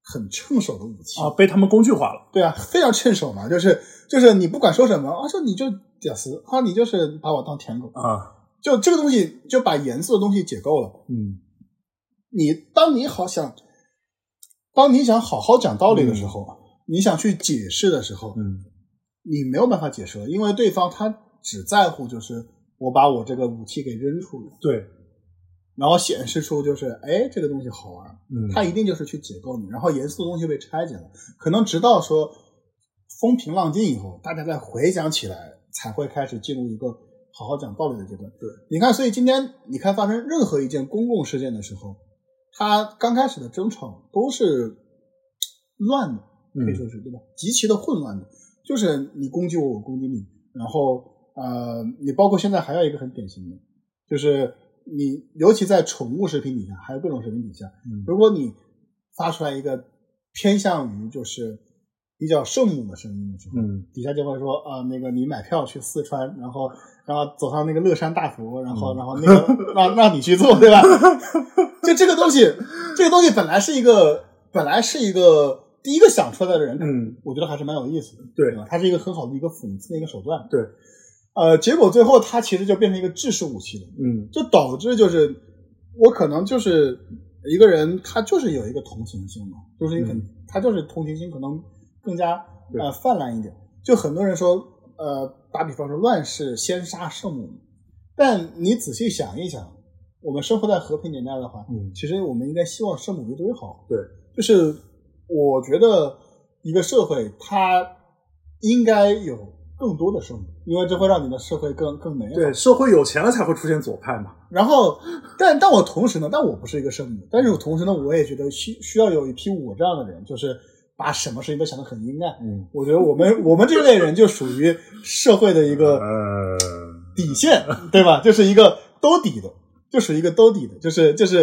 很趁手的武器被他们工具化了。 对啊，非常趁手嘛，就是你不管说什么说你就屌丝你就是把我当舔狗啊， 就这个东西就把严肃的东西解构了。当你想好好讲道理的时候，你想去解释的时候，你没有办法解释了，因为对方他只在乎就是我把我这个武器给扔出去， 对， 然后显示出就是这个东西好玩，他一定就是去解构你，然后严肃的东西被拆解了，可能直到说风平浪静以后，大家再回想起来，才会开始进入一个好好讲道理的阶段。 对， 你看，所以今天你看发生任何一件公共事件的时候，它刚开始的争吵都是乱的，可以说是对吧？极其的混乱的，就是你攻击我，我攻击你，然后你包括现在还有一个很典型的，就是你尤其在宠物视频底下，还有各种视频底下，如果你发出来一个偏向于就是比较圣母的声音的时候，底下就会说那个你买票去四川，然后走上那个乐山大佛，然后那个让你去做，对吧？就这个东西本来是一个第一个想出来的人，我觉得还是蛮有意思的， 对吧？它是一个很好的一个讽刺的一个手段， 对。 结果最后它其实就变成一个制式武器了，就导致就是我可能就是一个人，他就是有一个同情心嘛，就是他就是同情心可能更加泛滥一点。就很多人说打比方说乱世先杀圣母，但你仔细想一想，我们生活在和平年代的话，其实我们应该希望圣母越多越好。 对， 就是我觉得一个社会它应该有更多的圣母，因为这会让你的社会更美好。 对，社会有钱了才会出现左派嘛。 然后，但我同时呢，但我不是一个圣母，但是我同时呢，我也觉得需要有一批我这样的人，就是把什么事情都想得很阴暗。我觉得我们这类人就属于社会的一个底线，对吧？就是一个兜底的，就属于一个兜底的，就是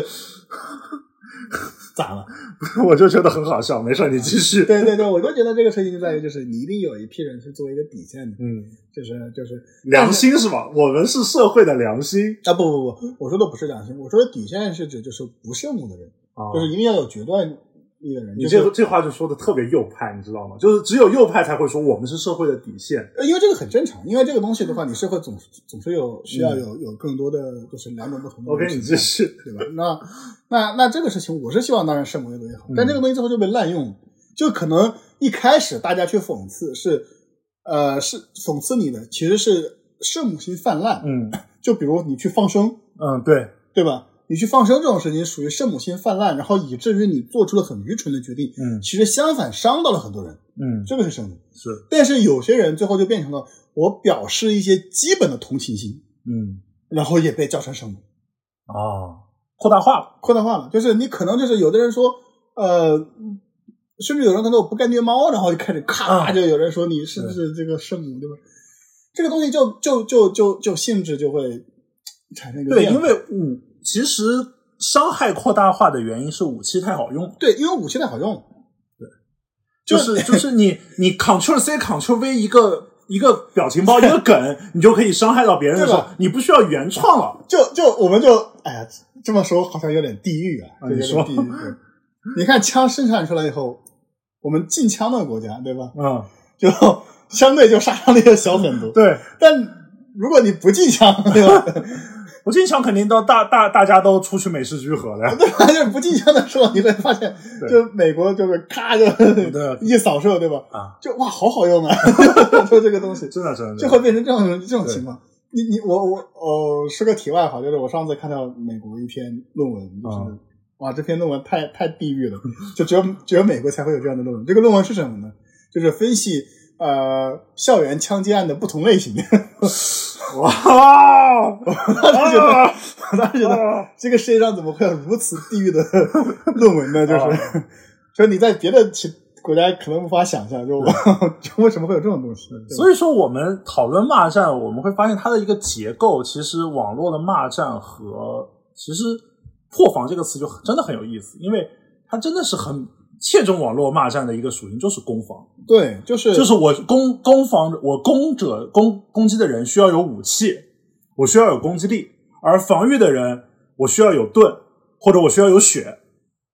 咋了？ 我就觉得很好笑，没事你继续。 对，我就觉得这个事情就在于，就是你一定有一批人是作为一个底线的，就是良心是吧？我们是社会的良心啊！不，我说的不是良心，我说的底线是指就是不圣母的人，就是一定要有决断力的人。 你这话就说的特别右派，你知道吗？就是只有右派才会说我们是社会的底线， 因为这个很正常，因为这个东西的话，你社会总是需要有更多的就是两种不同的。 我跟你继续， 对吧？那这个事情，我是希望当然圣母越多越好，但这个东西最后就被滥用了，就可能一开始大家去讽刺是讽刺你的，其实是圣母心泛滥。就比如你去放生，对吧？你去放生这种事情属于圣母心泛滥，然后以至于你做出了很愚蠢的决定。其实相反伤到了很多人。这个是圣母。是，但是有些人最后就变成了我表示一些基本的同情心。然后也被叫成圣母。扩大化了，就是你可能就是有的人说，甚至有人可能我不该虐猫，然后就开始就有人说你是不是这个圣母，对吧？这个东西就性质就会产生一个变化。 对，因为其实伤害扩大化的原因是武器太好用。 对，因为武器太好用。 对，就是你 Ctrl C Ctrl V 一个表情包一个梗，你就可以伤害到别人的时候，你不需要原创了。 我们哎呀，这么说好像有点地狱啊！ 你说， 你看枪生产出来以后，我们禁枪的国家，对吧？就相对就杀伤力小很多。对，但如果你不禁枪，对吧？ 不禁枪肯定都大家都出去美式居合了， 对吧？就是不禁枪的时候，你会发现，就美国就是咔就一扫射，对吧？就哇，好用啊！就这个东西， 真的就会变成这种情况。我说个题外话，就是我上次看到美国一篇论文，就是哇，这篇论文太地狱了，就只有美国才会有这样的论文。这个论文是什么呢？就是分析校园枪击案的不同类型。哇！我当时觉得这个世界上怎么会有如此地狱的论文呢？就是你在别的国家可能无法想象，就为什么会有这种东西。 所以说我们讨论骂战，我们会发现它的一个结构，其实网络的骂战和其实破防这个词就真的很有意思，因为它真的是很切中网络骂战的一个属性，就是攻防。 对，就是我攻防，我攻击的人需要有武器，我需要有攻击力，而防御的人我需要有盾，或者我需要有血。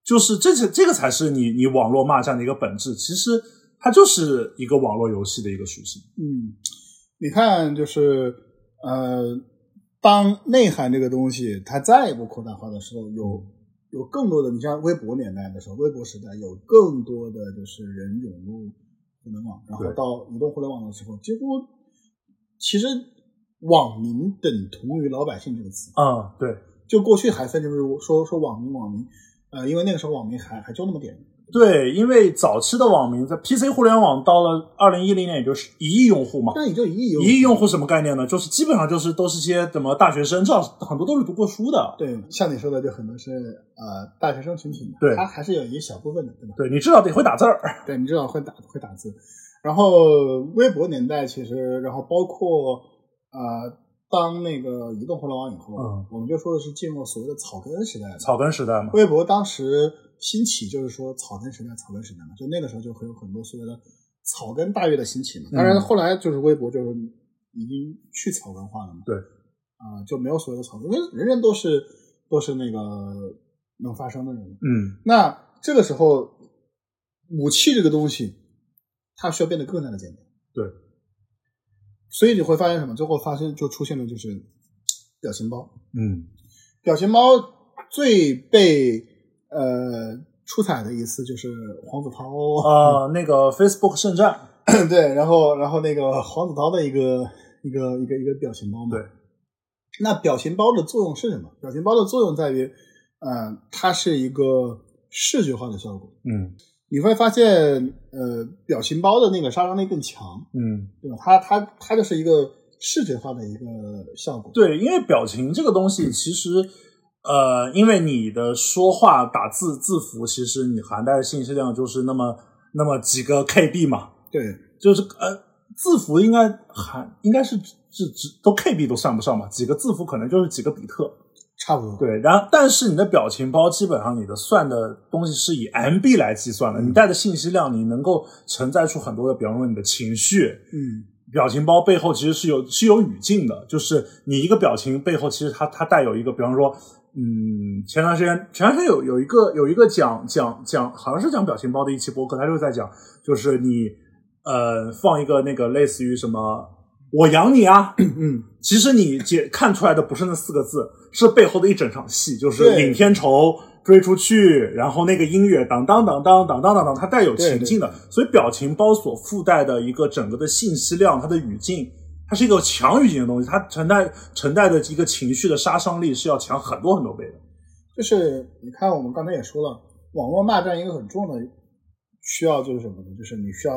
就是这个才是你网络骂战的一个本质，其实它就是一个网络游戏的一个属性。 你看就是当内涵这个东西它再一步扩大化的时候，有更多的，你像微博年代的时候，微博时代有更多的就是人涌入互联网，然后到移动互联网的时候，几乎其实网民等同于老百姓这个词。 对， 就过去还分就是说网民，因为那个时候网民还就那么点。 对，因为早期的网民在 PC 互联网到了2010年，也就是1亿用户嘛。 那也就1亿 1亿用户什么概念呢？就是基本上就是都是些什么大学生，至少很多都是读过书的。 对，像你说的，就很多是大学生群体嘛。 对， 他还是有一小部分的，对吧？ 对，你至少得会打字儿。 对，你至少会打字。然后微博年代其实，然后包括当那个移动互联网以后，我们就说的是进入所谓的草根时代。 草根时代嘛。 微博当时兴起就是说草根时代嘛，就那个时候就会有很多所谓的草根大跃的兴起嘛。当然后来就是微博就是已经去草根化了嘛。 对， 就没有所谓的草根，因为人人都是那个能发声的人。那这个时候武器这个东西，它需要变得更加的简单。 对。 所以你会发现什么？最后就出现了就是表情包。表情包最被出彩的一次就是黄子韬那个 Facebook 圣战。 对，然后那个黄子韬的一个表情包嘛。 对。 那表情包的作用是什么？表情包的作用在于它是一个视觉化的效果。你会发现表情包的那个杀伤力更强。对吧？它就是一个视觉化的一个效果。 对，因为表情这个东西其实因为你的说话打字符，其实你含带的信息量就是那么几个 KB 嘛。 对， 就是字符应该是都 KB 都算不上嘛，几个字符可能就是几个比特。 差不多。 对，但是你的表情包基本上你的算的东西是以 MB 来计算的，你带的信息量你能够承载出很多的，比方说你的情绪。表情包背后其实是有语境的，就是你一个表情背后其实它带有一个，比方说前段时间有一个讲好像是讲表情包的一期播客，他就在讲，就是你放一个那个类似于什么我养你啊，其实你看出来的不是那4个字，是背后的一整场戏，就是领天仇追出去，然后那个音乐当当当当当当当当，它带有情境的。 对， 所以表情包所附带的一个整个的信息量，它的语境，它是一个强语境的东西，它承带的一个情绪的杀伤力是要强很多很多倍的。 就是你看我们刚才也说了，网络骂战一个很重要的需要就是什么呢？就是你需要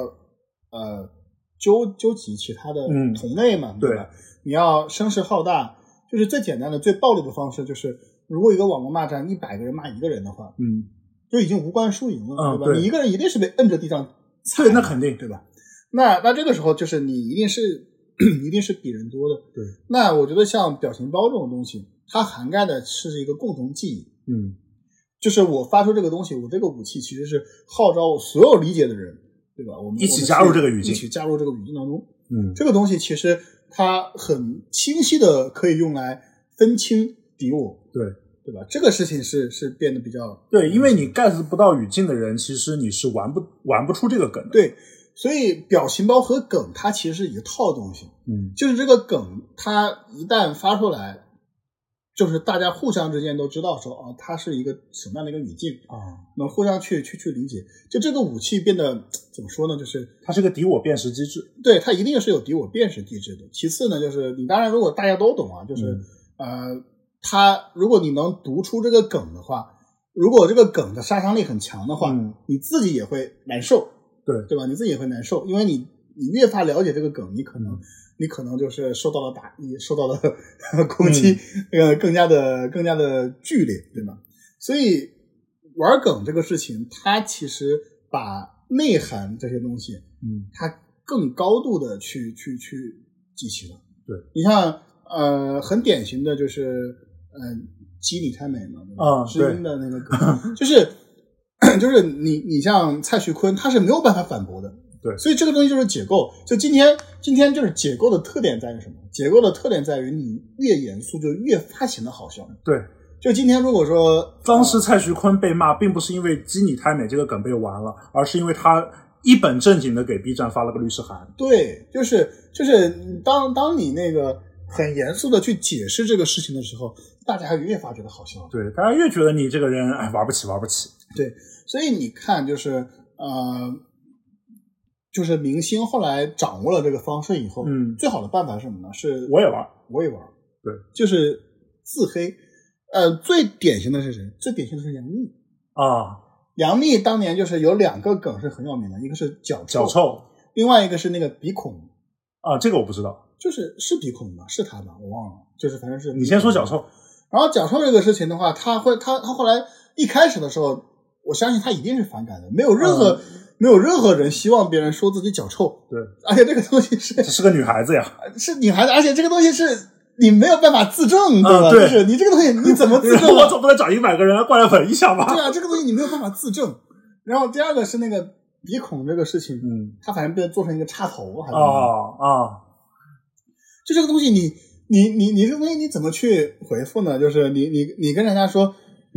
纠集其他的同类嘛，对吧？你要声势浩大，就是最简单的最暴力的方式，就是如果一个网络骂战100个人骂1个人的话，就已经无关输赢了，对吧？ 对， 你一个人一定是被摁着地上踩， 对，那肯定， 对吧？那这个时候就是你一定是比人多的。 对， 那我觉得像表情包这种东西，它涵盖的是一个共同记忆。就是我发出这个东西，我这个武器其实是号召所有理解的人，对吧？我们一起加入这个语境， 一起加入这个语境当中。这个东西其实它很清晰的可以用来分清敌我，对吧？这个事情是变得比较对，因为你 get 不到语境的人，其实你是玩不出这个梗的。 对，所以表情包和梗它其实是一套东西。就是这个梗它一旦发出来，就是大家互相之间都知道说它是一个什么样的一个语境能互相去理解。就这个武器变得怎么说呢？就是它是个敌我辨识机制。 对，它一定是有敌我辨识机制的。其次呢，就是你当然如果大家都懂就是如果你能读出这个梗的话，如果这个梗的杀伤力很强的话，你自己也会难受，对吧？你自己也会难受，因为你越发了解这个梗，你可能就是受到了打击，受到了攻击，更加的剧烈，对吧？所以玩梗这个事情，它其实把内涵这些东西，它更高度的去记起了。 对， 你像很典型的就是鸡你太美嘛，知音的那个梗，就是你像蔡徐坤，他是没有办法反驳的。 对， 所以这个东西就是解构。就今天就是解构的特点在于什么？解构的特点在于你越严肃就越发显得好笑。 对， 就今天如果说当时蔡徐坤被骂，并不是因为基你太美这个梗被玩了，而是因为他一本正经的给 B 站发了个律师函。 对，就是当你那个很严肃的去解释这个事情的时候，大家越发觉得好笑。 对，大家越觉得你这个人玩不起。 对，所以你看就是就是明星后来掌握了这个方式以后，最好的办法是什么呢？是我也玩。对，就是自黑。最典型的是谁？最典型的是杨幂啊。 杨幂当年就是有2个梗是很有名的，一个是脚臭， 另外一个是那个鼻孔啊，这个我不知道， 就是鼻孔吧，是他吧，我忘了，就是反正是。 你先说脚臭。 然后脚臭这个事情的话，他后来一开始的时候，我相信他一定是反感的，没有任何人希望别人说自己脚臭。 对， 而且这个东西是个女孩子呀， 是女孩子，而且这个东西是你没有办法自证，对吧？ 对， 就是你这个东西你怎么自证？ 我总不能找100个人来过来粉一下吧？ 对啊，这个东西你没有办法自证。然后第二个是那个鼻孔这个事情，他反正被做成一个插头，还是就这个东西你这个东西你怎么去回复呢？就是你跟人家说，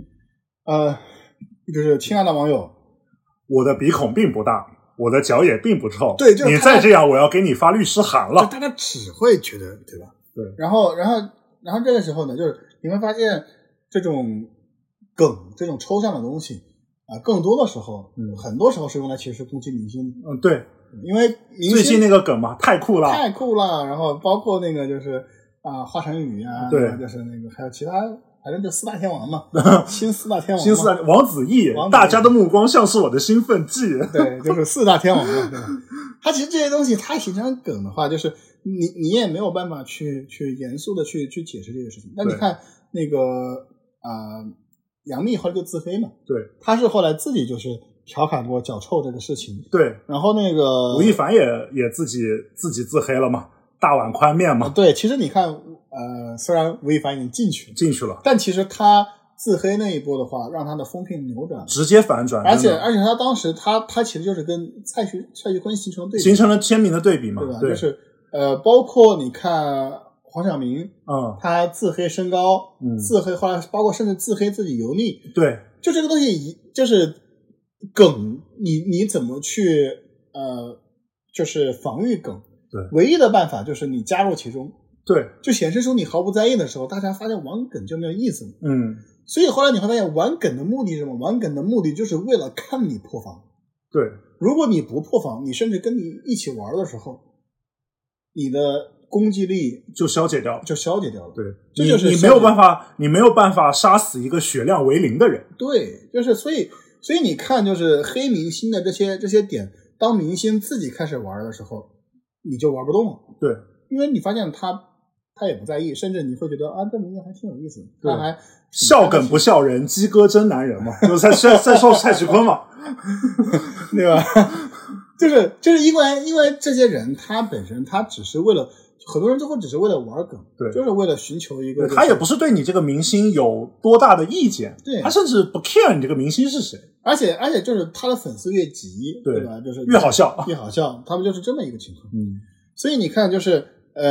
就是亲爱的网友， 我的鼻孔并不大，我的脚也并不臭， 对，就是你再这样，我要给你发律师函了。 大家只会觉得，对吧？ 对。 然后这个时候呢，就是你会发现这种梗，这种抽象的东西更多的时候，很多时候是用来其实攻击明星。 对， 因为明星最近那个梗嘛，太酷了。 然后包括那个就是华晨宇啊， 对， 就是那个还有其他。反正就4大天王嘛，新4大天王， 王子异，大家的目光像是我的兴奋剂。 对，就是4大天王嘛。对吧？他其实这些东西，它形成梗的话，就是你也没有办法去严肃的去解释这个事情。那你看那个杨幂后来就自黑嘛， 对， 他是后来自己就是调侃过脚臭这个事情， 对， 然后那个吴亦凡也自己自黑了嘛，大碗宽面嘛。 对，其实你看。虽然吴亦凡已经进去了，但其实他自黑那一波的话，让他的风评扭转， 直接反转， 而且他当时他其实就是跟蔡徐坤形成了对比， 形成了鲜明的对比嘛， 对吧？ 对， 就是包括你看黄晓明，他自黑身高，自黑后来包括甚至自黑自己油腻， 对， 就这个东西就是梗，你怎么去就是防御梗？ 对， 唯一的办法就是你加入其中。 对， 就显示出你毫不在意的时候，大家发现玩梗就没有意思了。所以后来你会发现玩梗的目的是什么？玩梗的目的就是为了看你破防。对，如果你不破防，你甚至跟你一起玩的时候，你的攻击力就消解掉了。 对， 这就是你没有办法杀死一个血量为0的人。 对，就是所以你看，就是黑明星的这些点，当明星自己开始玩的时候，你就玩不动了。对，因为你发现他也不在意，甚至你会觉得这明星还挺有意思，他还笑梗不笑人，鸡哥真男人嘛，就是在说蔡徐坤嘛， 对吧？就是因为这些人他本身他只是为了，很多人都会只是为了玩梗，对，就是为了寻求一个， 他也不是对你这个明星有多大的意见，对，他甚至不 care 你这个明星是谁， 而且就是他的粉丝越急，对吧？就是越好笑， 他们就是这么一个情况。所以你看，就是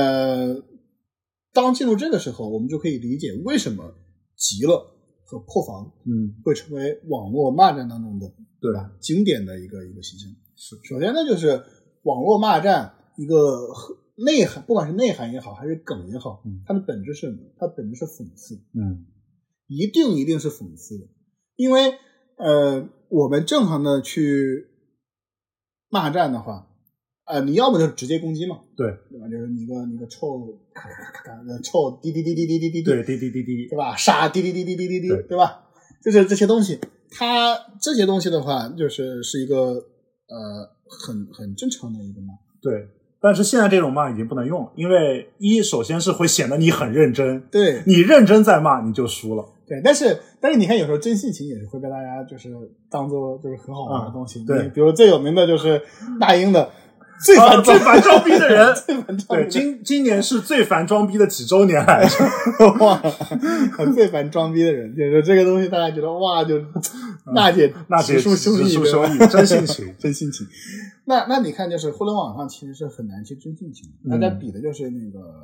当进入这个时候，我们就可以理解为什么急了和破防，会成为网络骂战当中的，对吧？经典的一个形象。是，首先呢，就是网络骂战一个内涵，不管是内涵也好，还是梗也好，它的本质是什么？它本质是讽刺，一定是讽刺的，因为我们正常的去骂战的话。你要么就是直接攻击嘛，对吧？就是你个臭咔咔咔咔的臭滴滴滴滴滴滴滴，对滴滴滴滴，对吧？杀滴滴滴滴滴滴滴，对吧？就是这些东西，它这些东西的话，是一个很正常的一个骂，对。 但是现在这种骂已经不能用了，因为首先是会显得你很认真， 对， 你认真在骂你就输了， 对。但是你看，有时候真性情也是会被大家就是当做就是很好玩的东西，对。比如最有名的就是那英的。最烦装逼的人，对，今年是最烦装逼的几周年来着， 哇，最烦装逼的人，就是这个东西，大家觉得哇，就娜姐直抒胸臆，真性情，真性情。那你看，就是互联网上其实是很难去真性情，大家比的就是那个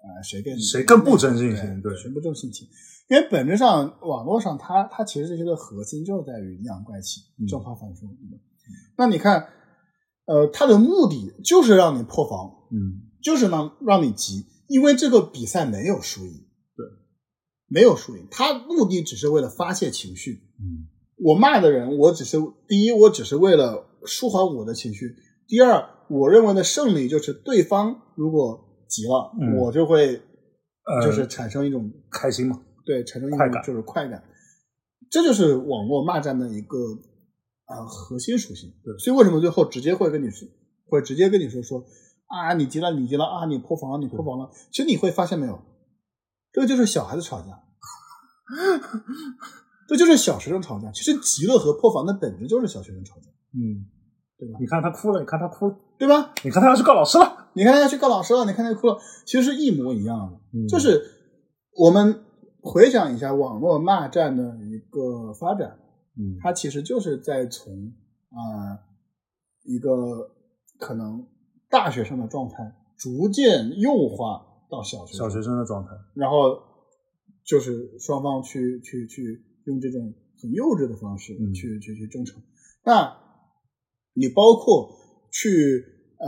谁更不真性情，对， 谁不真性情。因为本质上网络上它其实这些的核心就在于阴阳怪气、正话反说。那你看它的目的就是让你破防，就是让你急，因为这个比赛没有输赢， 对， 没有输赢，它目的只是为了发泄情绪。我骂的人，第一，我只是为了舒缓我的情绪；第二，我认为的胜利就是对方如果急了，我就会就是产生一种开心嘛， 对，产生一种就是快感。这就是网络骂战的一个核心属性。 对， 所以为什么最后直接会直接跟你说啊，你急了啊，你破防了。其实你会发现没有，这个就是小孩子吵架。这就是小学生吵架，其实急了和破防的本质就是小学生吵架，对吧？ 你看他哭了， 对吧？ 你看他要去告老师了， 你看他哭了，其实是一模一样的。就是我们回想一下网络骂战的一个发展，它其实就是在从一个可能大学生的状态逐渐幼化到小学生的状态， 然后就是双方去用这种很幼稚的方式去争吵。那你包括去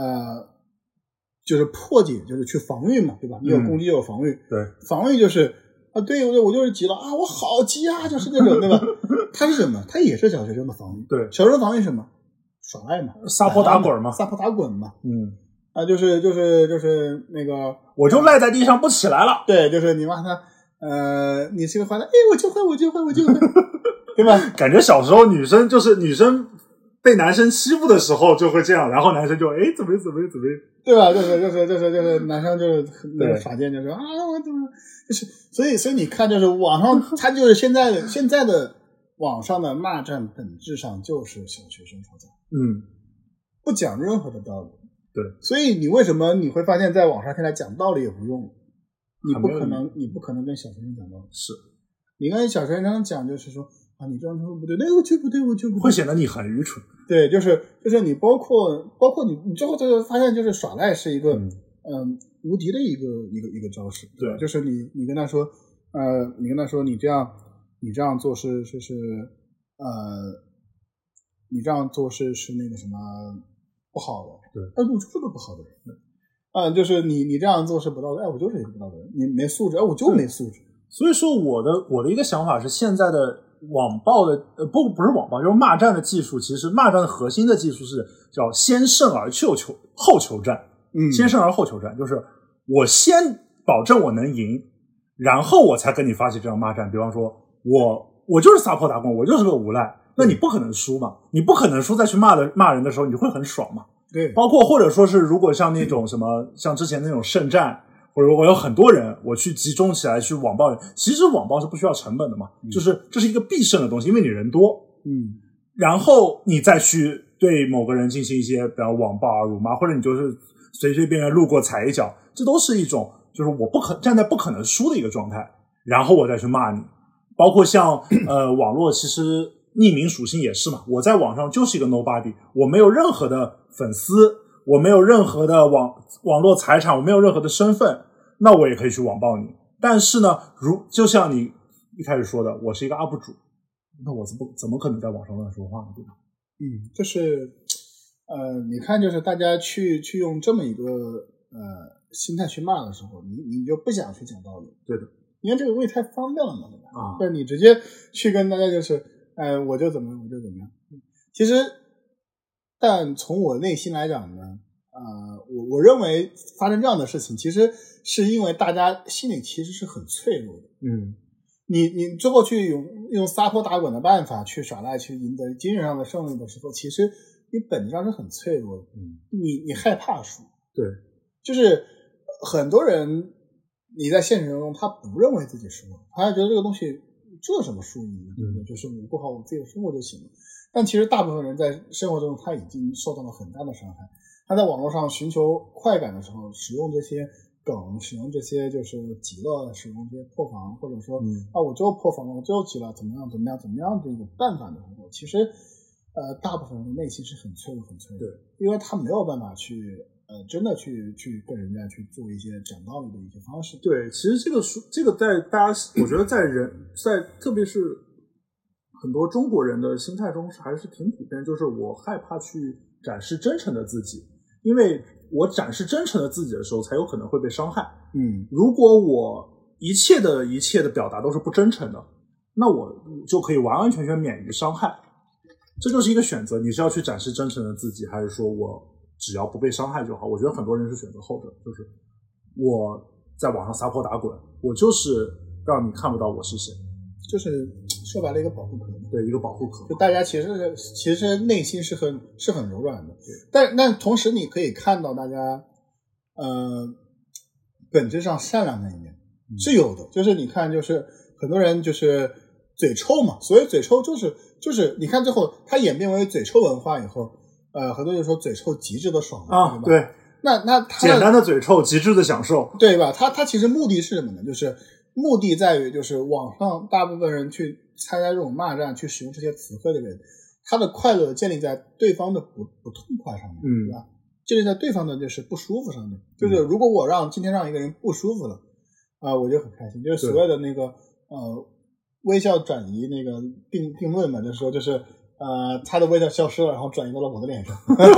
就是破解，就是去防御嘛，对吧？你有攻击又有防御， 对， 防御就是对我就是急了啊，我好急啊，就是那种，对吧？它是什么？它也是小学生的防御。 对， 小学生防御什么？耍赖嘛， 撒泼打滚嘛， 就是那个， 我就赖在地上不起来了。 对，就是你骂他。你是个坏蛋，我就会，对吧？ 感觉小时候女生被男生欺负的时候就会这样，然后男生就怎么， 对吧？就是男生就是那个耍贱，就是我怎么就是，所以你看，就是网上他就是现在的网上的骂战，本质上就是小学生吵架，不讲任何的道理。 对， 所以你为什么你会发现在网上现在讲道理也不用？你不可能跟小学生讲道理， 是你跟小学生讲就是说你这样说不对，那我就不对， 会显得你很愚蠢。 对，就是你包括你最后就发现，就是耍赖是一个无敌的一个招式。 对， 就是你跟他说你这样做是你这样做是那个什么不好的。 对， 我就是个不好的人。就是你这样做是不道德，我就是一个不道德人，你没素质，我就没素质。 所以说我的一个想法是，现在的网暴的不是网暴，就是骂战的技术，其实骂战的核心的技术是叫先胜而后求战。先胜而后求战，就是我先保证我能赢，然后我才跟你发起这样骂战。比方说我就是撒泼打滚，我就是个无赖，那你不可能输嘛，你不可能输，再去骂人的时候你会很爽嘛。 对， 包括或者说是如果像那种什么像之前那种圣战，或者我有很多人我去集中起来去网暴人，其实网暴是不需要成本的嘛，就是这是一个必胜的东西，因为你人多，然后你再去对某个人进行一些比方网暴啊辱骂，或者你就是随随便便路过踩一脚，这都是一种就是我站在不可能输的一个状态，然后我再去骂你。包括像网络其实匿名属性也是嘛，我在网上就是一个 nobody， 我没有任何的粉丝，我没有任何的网络财产，我没有任何的身份，那我也可以去网暴你。但是呢，就像你一开始说的，我是一个 UP 主，那我怎么可能在网上乱说话呢，对吧？ 就是你看，就是大家去用这么一个心态去骂的时候，你就不想去讲道理， 对的， 因为这个位太方便了嘛，对吧？对，你直接去跟大家就是我就怎么样。其实但从我内心来讲呢，我认为发生这样的事情，其实是因为大家心里其实是很脆弱的。你最后去用撒泼打滚的办法去耍赖，去赢得精神上的胜利的时候，其实你本质上是很脆弱的。你害怕输。对，就是很多人你在现实中他不认为自己输了，他觉得这个东西这有什么输赢呢？对不对？就是我过好我自己的生活就行了。但其实大部分人在生活中他已经受到了很大的伤害，他在网络上寻求快感的时候，使用这些梗，使用这些就是急了，使用这些破防，或者说我就破防了，我就急了，怎么样这个办法的时候，其实大部分人的内心是很脆弱。对，因为他没有办法去真的去跟人家去做一些讲道理的一些方式。 对，其实这个在大家，我觉得在特别是很多中国人的心态中还是挺普遍，就是我害怕去展示真诚的自己，因为我展示真诚的自己的时候，才有可能会被伤害。如果我一切的表达都是不真诚的，那我就可以完完全全免于伤害。这就是一个选择，你是要去展示真诚的自己，还是说我只要不被伤害就好？我觉得很多人是选择后者，就是我在网上撒泼打滚，我就是让你看不到我是谁， 就是说白了一个保护壳。 对，一个保护壳。 就大家其实内心是很柔软的，但同时你可以看到大家本质上善良的一面是有的。就是你看，就是很多人就是嘴臭嘛，所以嘴臭就是你看最后它演变为嘴臭文化以后，很多人说嘴臭极致的爽啊，对， 那它简单的嘴臭极致的享受， 对吧？它其实目的是什么呢？就是目的在于就是网上大部分人去参加这种骂战，去使用这些词汇的人，他的快乐建立在对方的不痛快上面，对吧？建立在对方的就是不舒服上面。就是如果我今天让一个人不舒服了，我就很开心。就是所谓的那个微笑转移那个定论嘛，就是说就是他的微笑消失了，然后转移到了我的脸上。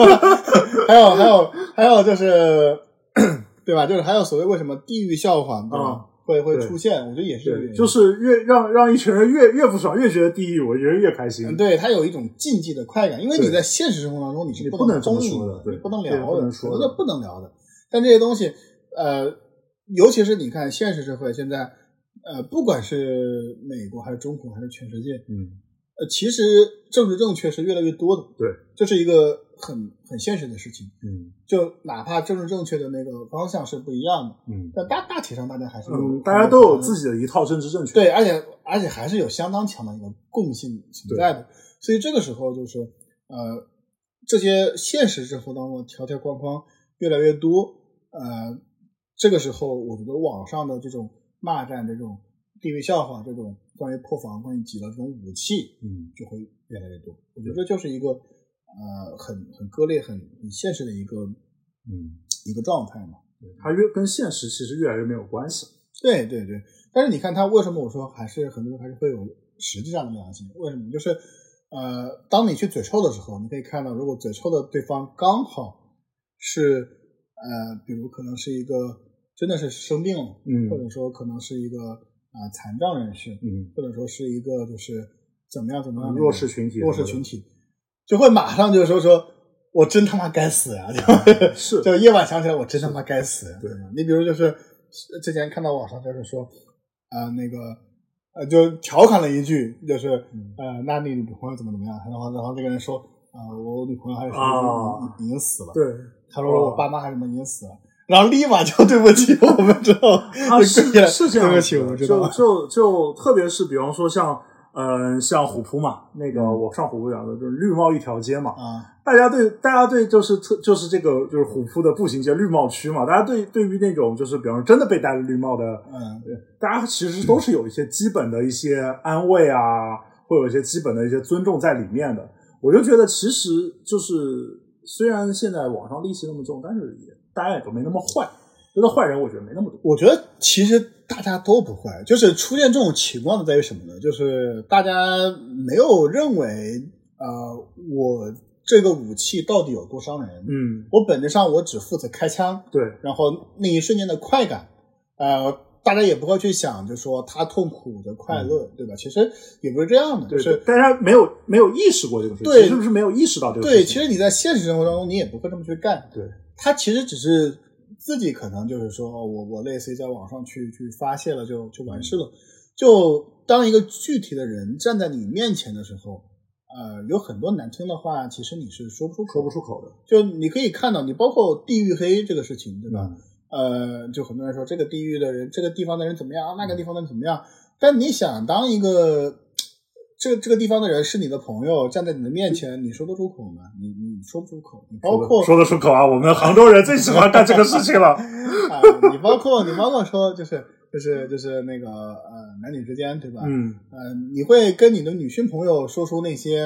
还有就是对吧？就是还有所谓为什么地狱笑话，对吧？会出现，我觉得也是， 就是越让一群人越不爽，越觉得地狱，我觉得越开心。 对，他有一种禁忌的快感，因为你在现实生活当中你是不能这么说的， 你不能聊的， 不能说的， 不能聊的。但这些东西，尤其是你看现实社会现在，不管是美国还是中国还是全世界，其实政治正确是越来越多的， 对， 这是一个很现实的事情，就哪怕政治正确的那个方向是不一样的，但大体上大家还是大家都有自己的一套政治正确， 对，而且还是有相当强的一个共性存在的，所以这个时候就是这些现实生活当中的条条框框越来越多，这个时候我觉得网上的这种骂战、这种地域笑话、这种关于破防、关于挤了这种武器，就会越来越多。我觉得这就是一个很割裂、很现实的一个状态嘛。 它跟现实其实越来越没有关系。 对对对，但是你看它为什么我说还是很多人还是会有实际上的良心？为什么？就是当你去嘴臭的时候，你可以看到，如果嘴臭的对方刚好是比如可能是一个真的是生病了，或者说可能是一个残障人士，或者说是一个就是怎么样弱势群体， 就会马上就是说我真他妈该死呀！ 是， 就夜晚想起来我真他妈该死呀！ 对， 你比如就是之前看到网上就是说那个就调侃了一句，就是那你女朋友怎么样？然后这个人说我女朋友还是已经死了，对， 他说我爸妈还是已经死了。然后立马就对不起我们知道是这样， 对不起我们知道， 就特别是比方说像虎扑嘛，那个我上虎扑讲的就是绿帽一条街嘛，大家对就是这个就是虎扑的步行街绿帽区嘛，大家对于那种就是比方说真的被戴了绿帽的，大家其实都是有一些基本的一些安慰啊，会有一些基本的一些尊重在里面的。我就觉得其实就是虽然现在网上戾气那么重，但是大家也都没那么坏，觉得坏人我觉得没那么多。 我觉得其实大家都不坏，就是出现这种情况的在于什么呢？就是大家没有认为我这个武器到底有多伤人，我本质上我只负责开枪， 对， 然后那一瞬间的快感，大家也不会去想就说他痛苦的快乐，对吧？其实也不是这样的，就是大家没有意识过这个事情， 对， 是不是没有意识到这个事情？ 对，其实你在现实生活当中你也不会这么去干， 对， 他其实只是自己可能就是说我类似于在网上去发泄了就完事了。就当一个具体的人站在你面前的时候，有很多难听的话其实你是说不出口的。就你可以看到，你包括地域黑这个事情，对吧？就很多人说这个地域的人，这个地方的人怎么样，那个地方的人怎么样，但你想当一个这个地方的人是你的朋友，站在你的面前，你说得出口吗？你说不出口。你包括说得出口啊，我们杭州人最喜欢干这个事情了。 你包括说就是那个男女之间，对吧？你会跟你的女性朋友说出那些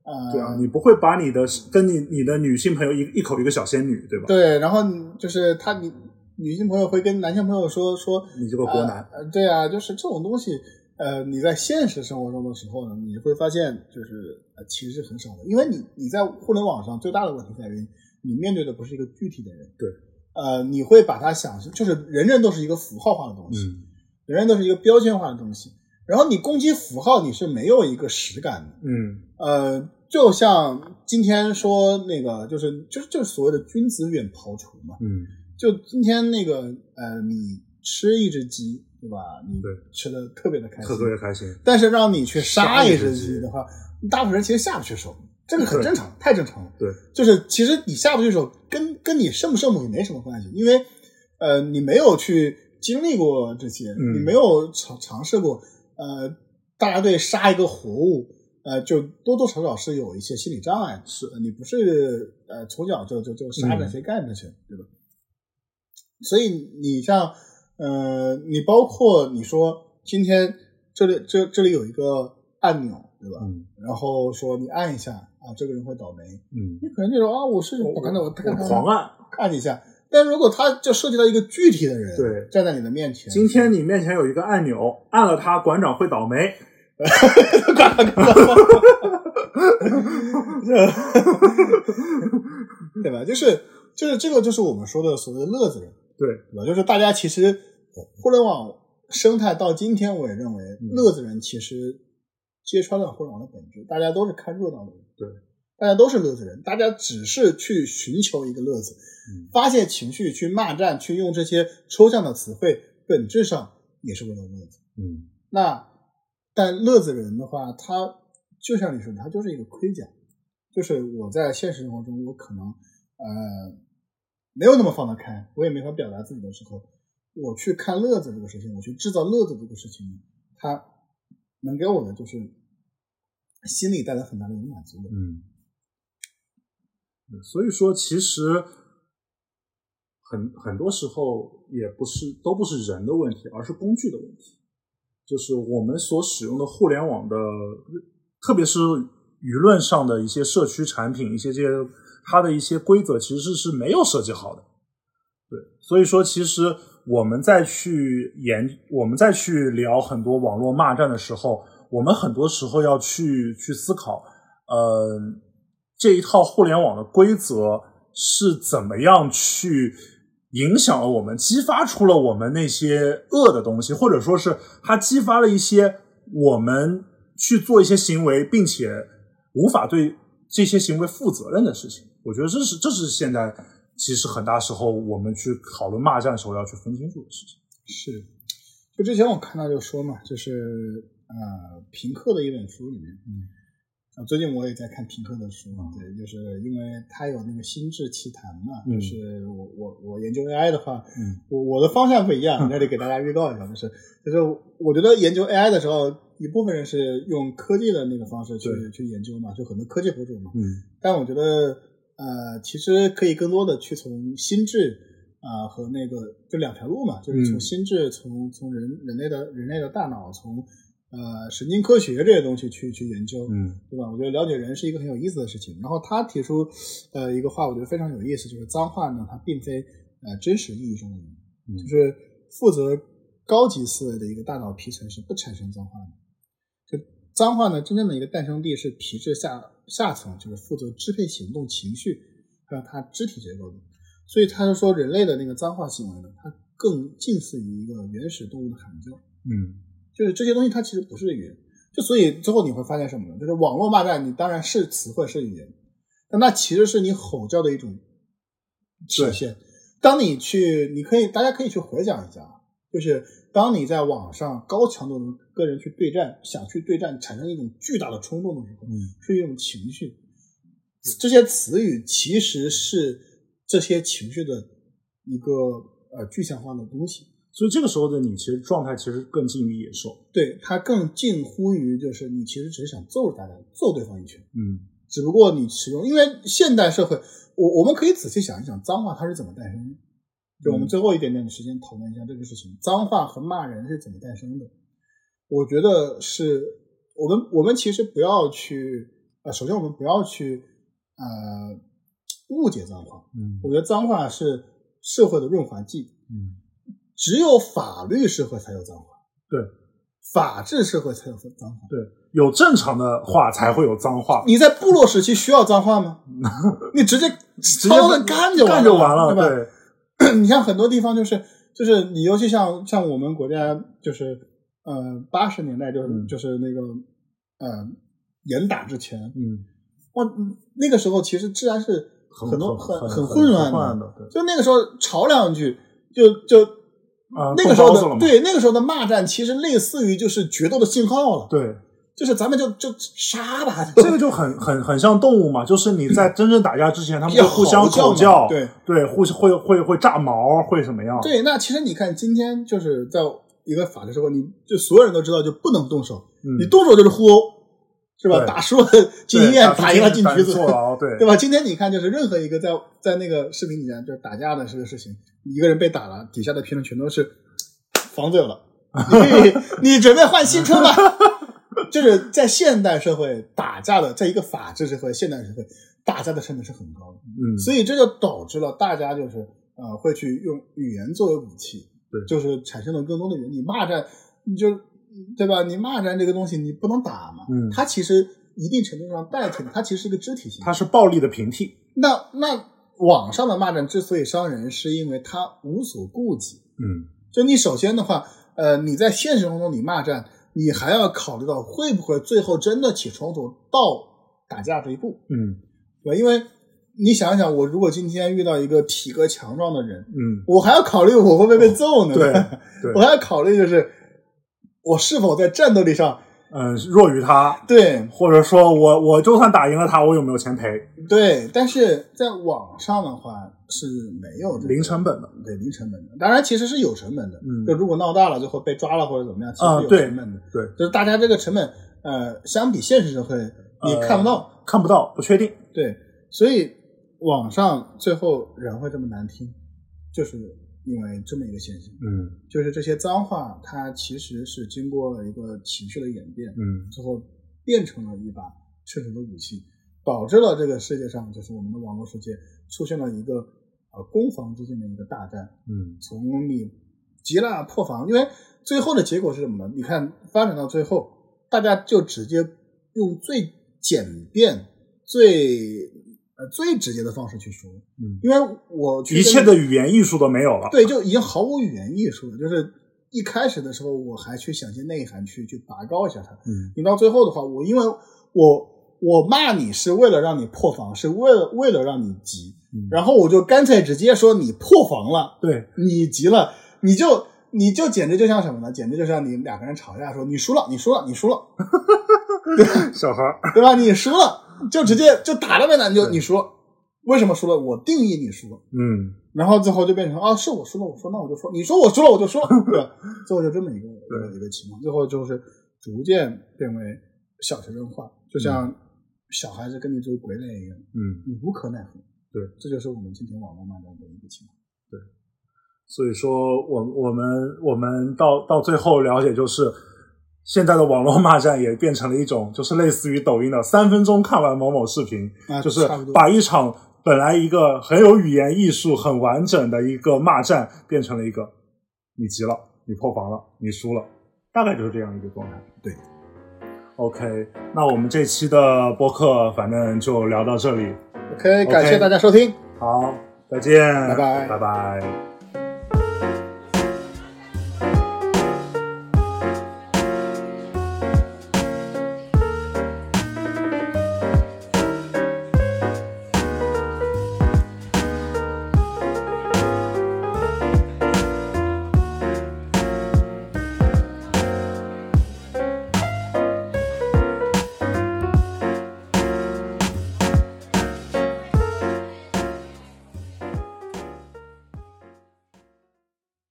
对啊，你不会把跟你的女性朋友一口一个小仙女，对吧？ 对，然后就是你女性朋友会跟男性朋友说你这个国男， 对啊，就是这种东西，你在现实生活中的时候呢，你会发现就是其实是很少的，因为你在互联网上最大的问题在于你面对的不是一个具体的人， 对， 你会把它想就是人都是一个符号化的东西，人都是一个标签化的东西，然后你攻击符号你是没有一个实感的，就像今天说那个就是所谓的君子远庖厨嘛，就今天那个你吃一只鸡，对吧？你吃的特别的开心， 特别开心。 但是让你去杀一只鸡的话，大部分人其实下不去手，这个很正常，太正常了。 对， 就是其实你下不去手，跟你圣不圣母也没什么关系，因为你没有去经历过这些，你没有尝试过，大家对杀一个活物。就多多少少是有一些心理障碍，是你不是从小就杀着谁干着去，对吧？所以你像你包括你说今天这里有一个按钮，对吧？然后说你按一下啊，这个人会倒霉，你可能就说啊，我看到我狂按一下，但如果他就涉及到一个具体的人， 对， 站在你的面前， 今天你面前有一个按钮，按了它，馆长会倒霉。 对吧？就是这个就是我们说的所谓的乐子人， 对吧？就是大家其实互联网生态到今天，我也认为乐子人其实揭穿了互联网的本质，大家都是看热闹的人， 对， 大家都是乐子人，大家只是去寻求一个乐子，发泄情绪，去骂战，去用这些抽象的词汇，本质上也是为了乐子，但乐子人的话，他就像你说的，他就是一个盔甲，就是我在现实生活中，我可能没有那么放得开，我也没法表达自己的时候，我去看乐子这个事情，我去制造乐子这个事情，它能给我的就是心里带来很大的一个满足的。 所以说其实很多时候都不是人的问题，而是工具的问题。就是我们所使用的互联网的，特别是舆论上的一些社区产品，一些它的一些规则其实是没有设计好的。对，所以说其实我们再去聊很多网络骂战的时候，我们很多时候要去思考，这一套互联网的规则是怎么样去影响了我们，激发出了我们那些恶的东西，或者说是它激发了一些我们去做一些行为，并且无法对这些行为负责任的事情。我觉得这是现在其实很大时候我们去讨论骂战的时候要去分清楚的事情。 是，就之前我看到就说嘛，就是平克的一本书里面，最近我也在看平克的书，对，就是因为他有那个心智奇谈嘛，就是我研究 AI 的话，我的方向不一样，这里给大家预告一下，就是我觉得研究 AI 的时候，一部分人是用科技的那个方式去研究嘛，就很多科技博主嘛，但我觉得其实可以更多的去从心智和那个就两条路嘛，就是从心智，从人类的大脑，从神经科学这些东西去研究，对吧？我觉得了解人是一个很有意思的事情。然后他提出一个话，我觉得非常有意思，就是脏话呢，它并非真实意义上的人，就是负责高级思维的一个大脑皮层是不产生脏话的。就脏话呢，真正的一个诞生地是皮质下层，就是负责支配行动、情绪还有它肢体结构的。所以他就说，人类的那个脏话行为呢，它更近似于一个原始动物的喊叫。就是这些东西它其实不是语言，就所以最后你会发现什么呢？就是网络骂战，你当然是词汇是语言，但它其实是你吼叫的一种体现。当你大家可以去回想一下，就是当你在网上高强度的跟人去对战，想去对战，产生一种巨大的冲动的时候，是一种情绪。这些词语其实是这些情绪的一个具象化的东西。 所以这个时候的你其实状态其实更近于野兽， 对，它更近乎于就是你其实只是想揍对方一拳，只不过你使用，因为现代社会，我们可以仔细想一想，脏话它是怎么诞生的？就我们最后一点点的时间讨论一下这个事情，脏话和骂人是怎么诞生的？我觉得是我们其实不要去首先我们不要去误解脏话。我觉得脏话是社会的润滑剂。只有法律社会才有脏话。 对， 法治社会才有脏话。 对，有正常的话才会有脏话。 你在部落时期需要脏话吗？你直接操作干就完了，对吧？对，你像很多地方就是你尤其像我们国家就是80年代就是那个严打之前，那个时候其实治安是很混乱的，就那个时候吵两句就那个时候的对那个时候的骂战其实类似于就是决斗的信号了。对，就是咱们就杀吧， 这个就很像动物嘛，就是你在真正打架之前，他们会互相口叫，对，会炸毛，会什么样？ 对，那其实你看今天就是在一个法治社会，你就所有人都知道就不能动手，你动手就是互殴，是吧？打输了进医院，打赢了进局子，对吧？今天你看，就是任何一个在那个视频里面就是打架的这个事情，一个人被打了，底下的评论全都是防嘴了，你准备换新车吧？就是在现代社会打架的，在一个法治社会、现代社会打架的成本是很高的，所以这就导致了大家就是会去用语言作为武器，对，就是产生了更多的原因。你骂战，你就对吧？你骂战这个东西你不能打嘛，它其实一定程度上代替的，它其实是一个肢体性， 它是暴力的平替。 那网上的骂战之所以伤人，是因为它无所顾忌，就你首先的话，你在现实当中你骂战。你还要考虑到会不会最后真的起冲突到打架这一步，对吧？因为你想一想，我如果今天遇到一个体格强壮的人，我还要考虑我会不会被揍呢？对，我还要考虑就是我是否在战斗力上弱于他，对，或者说我就算打赢了他，我有没有钱赔？对， 但是在网上的话是没有零成本的， 对，零成本的。当然其实是有成本的，就如果闹大了最后被抓了或者怎么样，其实有成本的，对，就是大家这个成本相比现实社会你看不到， 不确定， 对，所以网上最后人会这么难听，就是因为这么一个现象，就是这些脏话它其实是经过了一个情绪的演变，最后变成了一把趁手的武器，导致了这个世界上就是我们的网络世界出现了一个攻防之间的一个大战，从你急了破防，因为最后的结果是什么呢？你看发展到最后，大家就直接用最简便、最直接的方式去说，因为我一切的语言艺术都没有了， 对，就已经毫无语言艺术了。就是一开始的时候，我还去想些内涵去拔高一下它，你到最后的话，因为我骂你是为了让你破防，是为了让你急，然后我就干脆直接说你破防了，对，你急了，你就简直就像什么呢？简直就像你两个人吵架说你输了，对吧？ 小孩对吧？你输了。就直接就打了呗，你输了，为什么输了？我定义你输了，然后最后就变成是我输了，我说那我就说，你说我输了我就输了，对吧？最后就这么一个情况，最后就是逐渐变为小学生化，就像小孩子跟你做傀儡一样，你无可奈何，对，这就是我们今天网络骂战的一个情况，对， 所以说我们到最后了解就是。现在的网络骂战也变成了一种，就是类似于抖音的3分钟看完某某视频，就是把一场本来一个很有语言艺术、很完整的一个骂战，变成了一个你急了、你破防了、你输了，大概就是这样一个状态。 对 ，OK， 那我们这期的播客反正就聊到这里。 OK， 感谢大家收听， 好，再见， 拜拜， 拜拜。